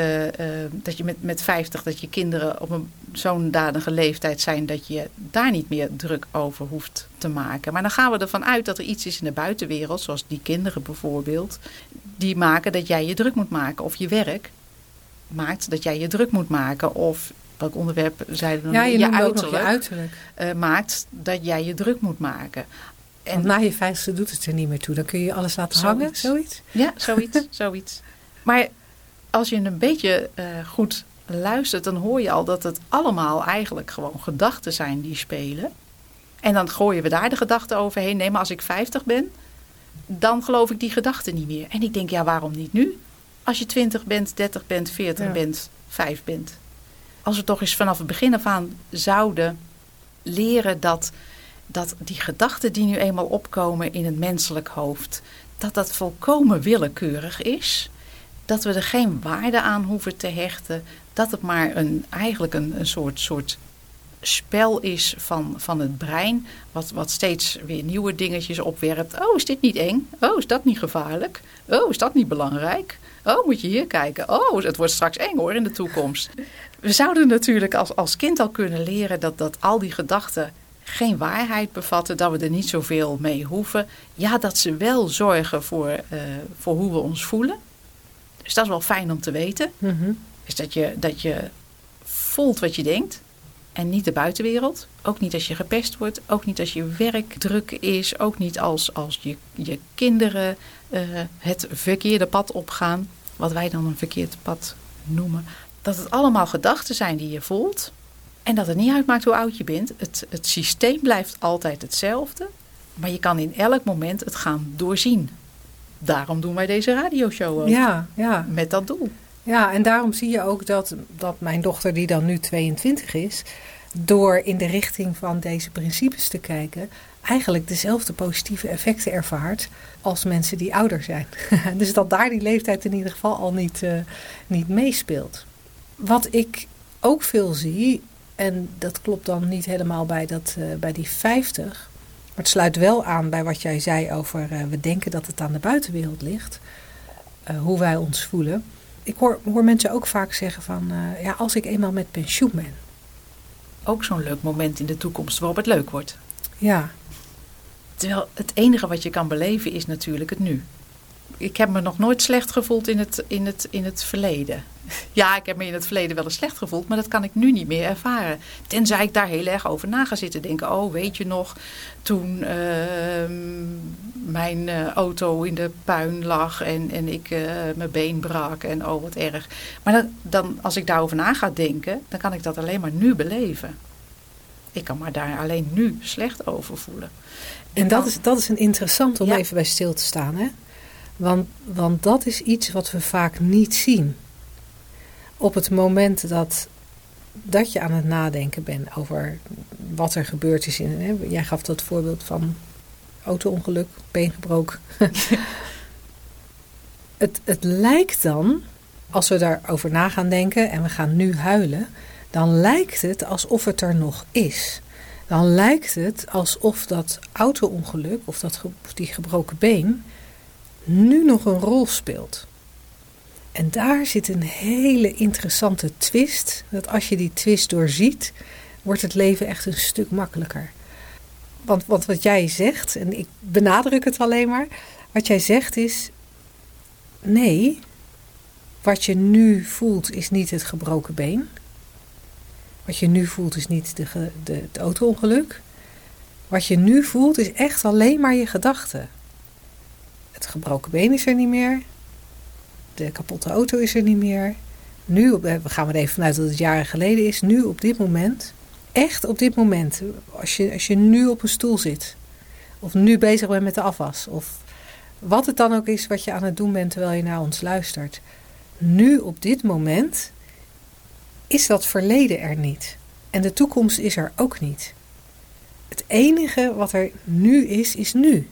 dat je met 50, dat je kinderen op zo'n dadige leeftijd zijn dat je daar niet meer druk over hoeft te maken. Maar dan gaan we ervan uit dat er iets is in de buitenwereld, zoals die kinderen bijvoorbeeld, die maken dat jij je druk moet maken. Of je werk maakt dat jij je druk moet maken. Of welk onderwerp zeiden we nog? Je uiterlijk. Maakt dat jij je druk moet maken. Want na je 50ste doet het er niet meer toe. Dan kun je alles laten hangen, zoiets? Ja, zoiets. Maar als je een beetje goed luistert, dan hoor je al dat het allemaal eigenlijk gewoon gedachten zijn die spelen. En dan gooien we daar de gedachten overheen. Nee, maar als ik 50 ben, dan geloof ik die gedachten niet meer. En ik denk, waarom niet nu? Als je 20 bent, 30 bent, 40 bent, 5 bent. Als we toch eens vanaf het begin af aan zouden leren dat die gedachten die nu eenmaal opkomen in het menselijk hoofd, dat volkomen willekeurig is. Dat we er geen waarde aan hoeven te hechten. Dat het maar eigenlijk een soort spel is van het brein, wat steeds weer nieuwe dingetjes opwerpt. Oh, is dit niet eng? Oh, is dat niet gevaarlijk? Oh, is dat niet belangrijk? Oh, moet je hier kijken? Oh, het wordt straks eng hoor in de toekomst. We zouden natuurlijk als kind al kunnen leren dat al die gedachten geen waarheid bevatten, dat we er niet zoveel mee hoeven. Ja, dat ze wel zorgen voor hoe we ons voelen. Dus dat is wel fijn om te weten. Mm-hmm. Dus dat je voelt wat je denkt. En niet de buitenwereld. Ook niet als je gepest wordt. Ook niet als je werk druk is. Ook niet als je kinderen het verkeerde pad opgaan. Wat wij dan een verkeerd pad noemen. Dat het allemaal gedachten zijn die je voelt. En dat het niet uitmaakt hoe oud je bent. Het systeem blijft altijd hetzelfde. Maar je kan in elk moment het gaan doorzien. Daarom doen wij deze radioshow ook. Ja. Met dat doel. Ja, en daarom zie je ook dat mijn dochter, die dan nu 22 is, door in de richting van deze principes te kijken, eigenlijk dezelfde positieve effecten ervaart als mensen die ouder zijn. Dus dat daar die leeftijd in ieder geval al niet meespeelt. Wat ik ook veel zie, en dat klopt dan niet helemaal bij die 50, maar het sluit wel aan bij wat jij zei over we denken dat het aan de buitenwereld ligt, hoe wij ons voelen. Ik hoor mensen ook vaak zeggen van, als ik eenmaal met pensioen ben. Ook zo'n leuk moment in de toekomst waarop het leuk wordt. Ja. Terwijl het enige wat je kan beleven is natuurlijk het nu. Ik heb me nog nooit slecht gevoeld in het verleden. Ja, ik heb me in het verleden wel eens slecht gevoeld, maar dat kan ik nu niet meer ervaren. Tenzij ik daar heel erg over na ga zitten denken. Oh, weet je nog, toen mijn auto in de puin lag en ik mijn been brak en oh, wat erg. Maar dan, als ik daarover na ga denken, dan kan ik dat alleen maar nu beleven. Ik kan me daar alleen nu slecht over voelen. En dat is een interessant om even bij stil te staan, hè? Want dat is iets wat we vaak niet zien. Op het moment dat je aan het nadenken bent over wat er gebeurd is. Jij gaf dat voorbeeld van auto-ongeluk, been gebroken. Het lijkt dan, als we daarover na gaan denken en we gaan nu huilen, dan lijkt het alsof het er nog is. Dan lijkt het alsof dat auto-ongeluk of die gebroken been nu nog een rol speelt. En daar zit een hele interessante twist. Dat als je die twist doorziet, wordt het leven echt een stuk makkelijker. Want wat jij zegt, en ik benadruk het alleen maar. Wat jij zegt is, nee, wat je nu voelt is niet het gebroken been. Wat je nu voelt is niet het auto-ongeluk. Wat je nu voelt is echt alleen maar je gedachten. Het gebroken been is er niet meer. De kapotte auto is er niet meer. Nu, we gaan er even vanuit dat het jaren geleden is. Nu op dit moment, echt op dit moment. Als je nu op een stoel zit. Of nu bezig bent met de afwas. Of wat het dan ook is wat je aan het doen bent terwijl je naar ons luistert. Nu op dit moment is dat verleden er niet. En de toekomst is er ook niet. Het enige wat er nu is nu.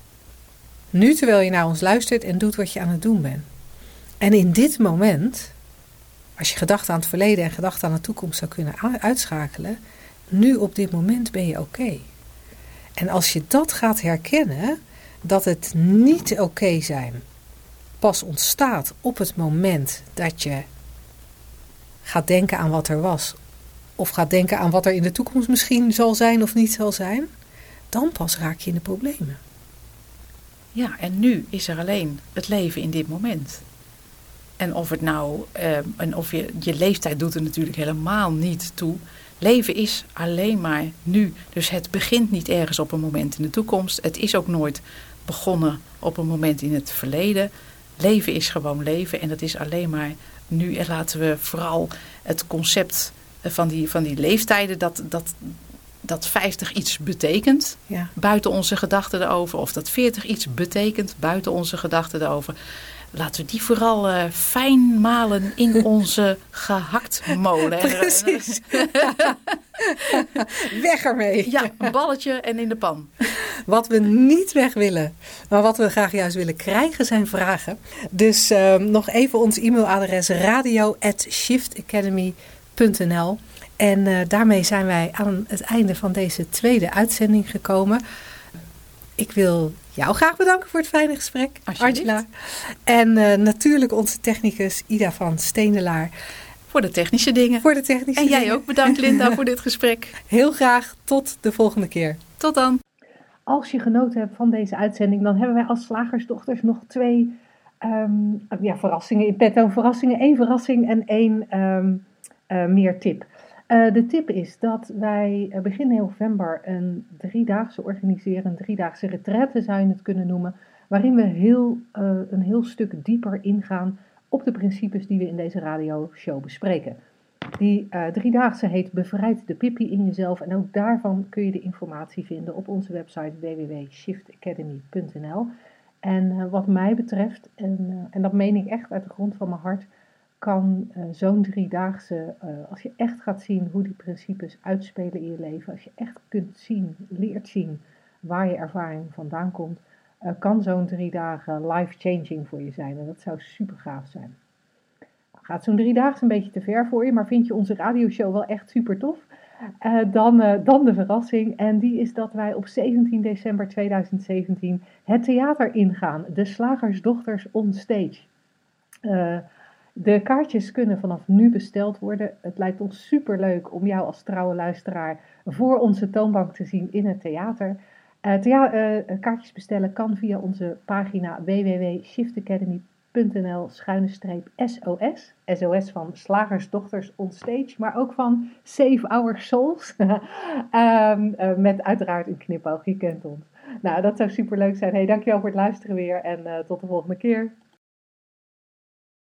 Nu terwijl je naar ons luistert en doet wat je aan het doen bent. En in dit moment, als je gedachten aan het verleden en gedachten aan de toekomst zou kunnen uitschakelen, nu op dit moment ben je oké. En als je dat gaat herkennen, dat het niet oké zijn pas ontstaat op het moment dat je gaat denken aan wat er was, of gaat denken aan wat er in de toekomst misschien zal zijn of niet zal zijn, dan pas raak je in de problemen. Ja, en nu is er alleen het leven in dit moment. En of het nou, en of je leeftijd doet er natuurlijk helemaal niet toe. Leven is alleen maar nu. Dus het begint niet ergens op een moment in de toekomst. Het is ook nooit begonnen op een moment in het verleden. Leven is gewoon leven en dat is alleen maar nu. En laten we vooral het concept van die leeftijden, dat 50 iets betekent, buiten onze gedachten erover. Of dat 40 iets betekent, buiten onze gedachten erover. Laten we die vooral fijn malen in onze gehaktmolen. Precies. Weg ermee. Ja, een balletje en in de pan. Wat we niet weg willen, maar wat we graag juist willen krijgen zijn vragen. Dus nog even ons e-mailadres radio@shiftacademy.nl. En daarmee zijn wij aan het einde van deze tweede uitzending gekomen. Ik wil jou graag bedanken voor het fijne gesprek, Angela. En natuurlijk onze technicus Ida van Steenelaar. Voor de technische dingen. En jij ook bedankt, Linda, voor dit gesprek. Heel graag. Tot de volgende keer. Tot dan. Als je genoten hebt van deze uitzending, dan hebben wij als Slagersdochters nog 2 verrassingen in petto. Verrassingen, 1 verrassing en 1 meer tip. De tip is dat wij begin november een 3-daagse organiseren. Een 3-daagse retraite zou je het kunnen noemen. Waarin we een heel stuk dieper ingaan op de principes die we in deze radioshow bespreken. Die 3-daagse heet Bevrijd de Pippie in jezelf. En ook daarvan kun je de informatie vinden op onze website www.shiftacademy.nl. En wat mij betreft, en dat meen ik echt uit de grond van mijn hart, kan zo'n 3-daagse, als je echt gaat zien hoe die principes uitspelen in je leven, als je echt leert zien waar je ervaring vandaan komt, kan zo'n 3 dagen life-changing voor je zijn. En dat zou super gaaf zijn. Gaat zo'n 3-daagse een beetje te ver voor je, maar vind je onze radioshow wel echt super tof? Dan de verrassing. En die is dat wij op 17 december 2017 het theater ingaan. De Slagersdochters on Stage. De kaartjes kunnen vanaf nu besteld worden. Het lijkt ons super leuk om jou als trouwe luisteraar voor onze toonbank te zien in het theater. Kaartjes bestellen kan via onze pagina www.shiftacademy.nl/SOS. SOS van Slagersdochters on Stage, maar ook van Save Our Souls. Met uiteraard een knipoog, je kent ons. Nou, dat zou super leuk zijn. Hey, dankjewel voor het luisteren weer en tot de volgende keer.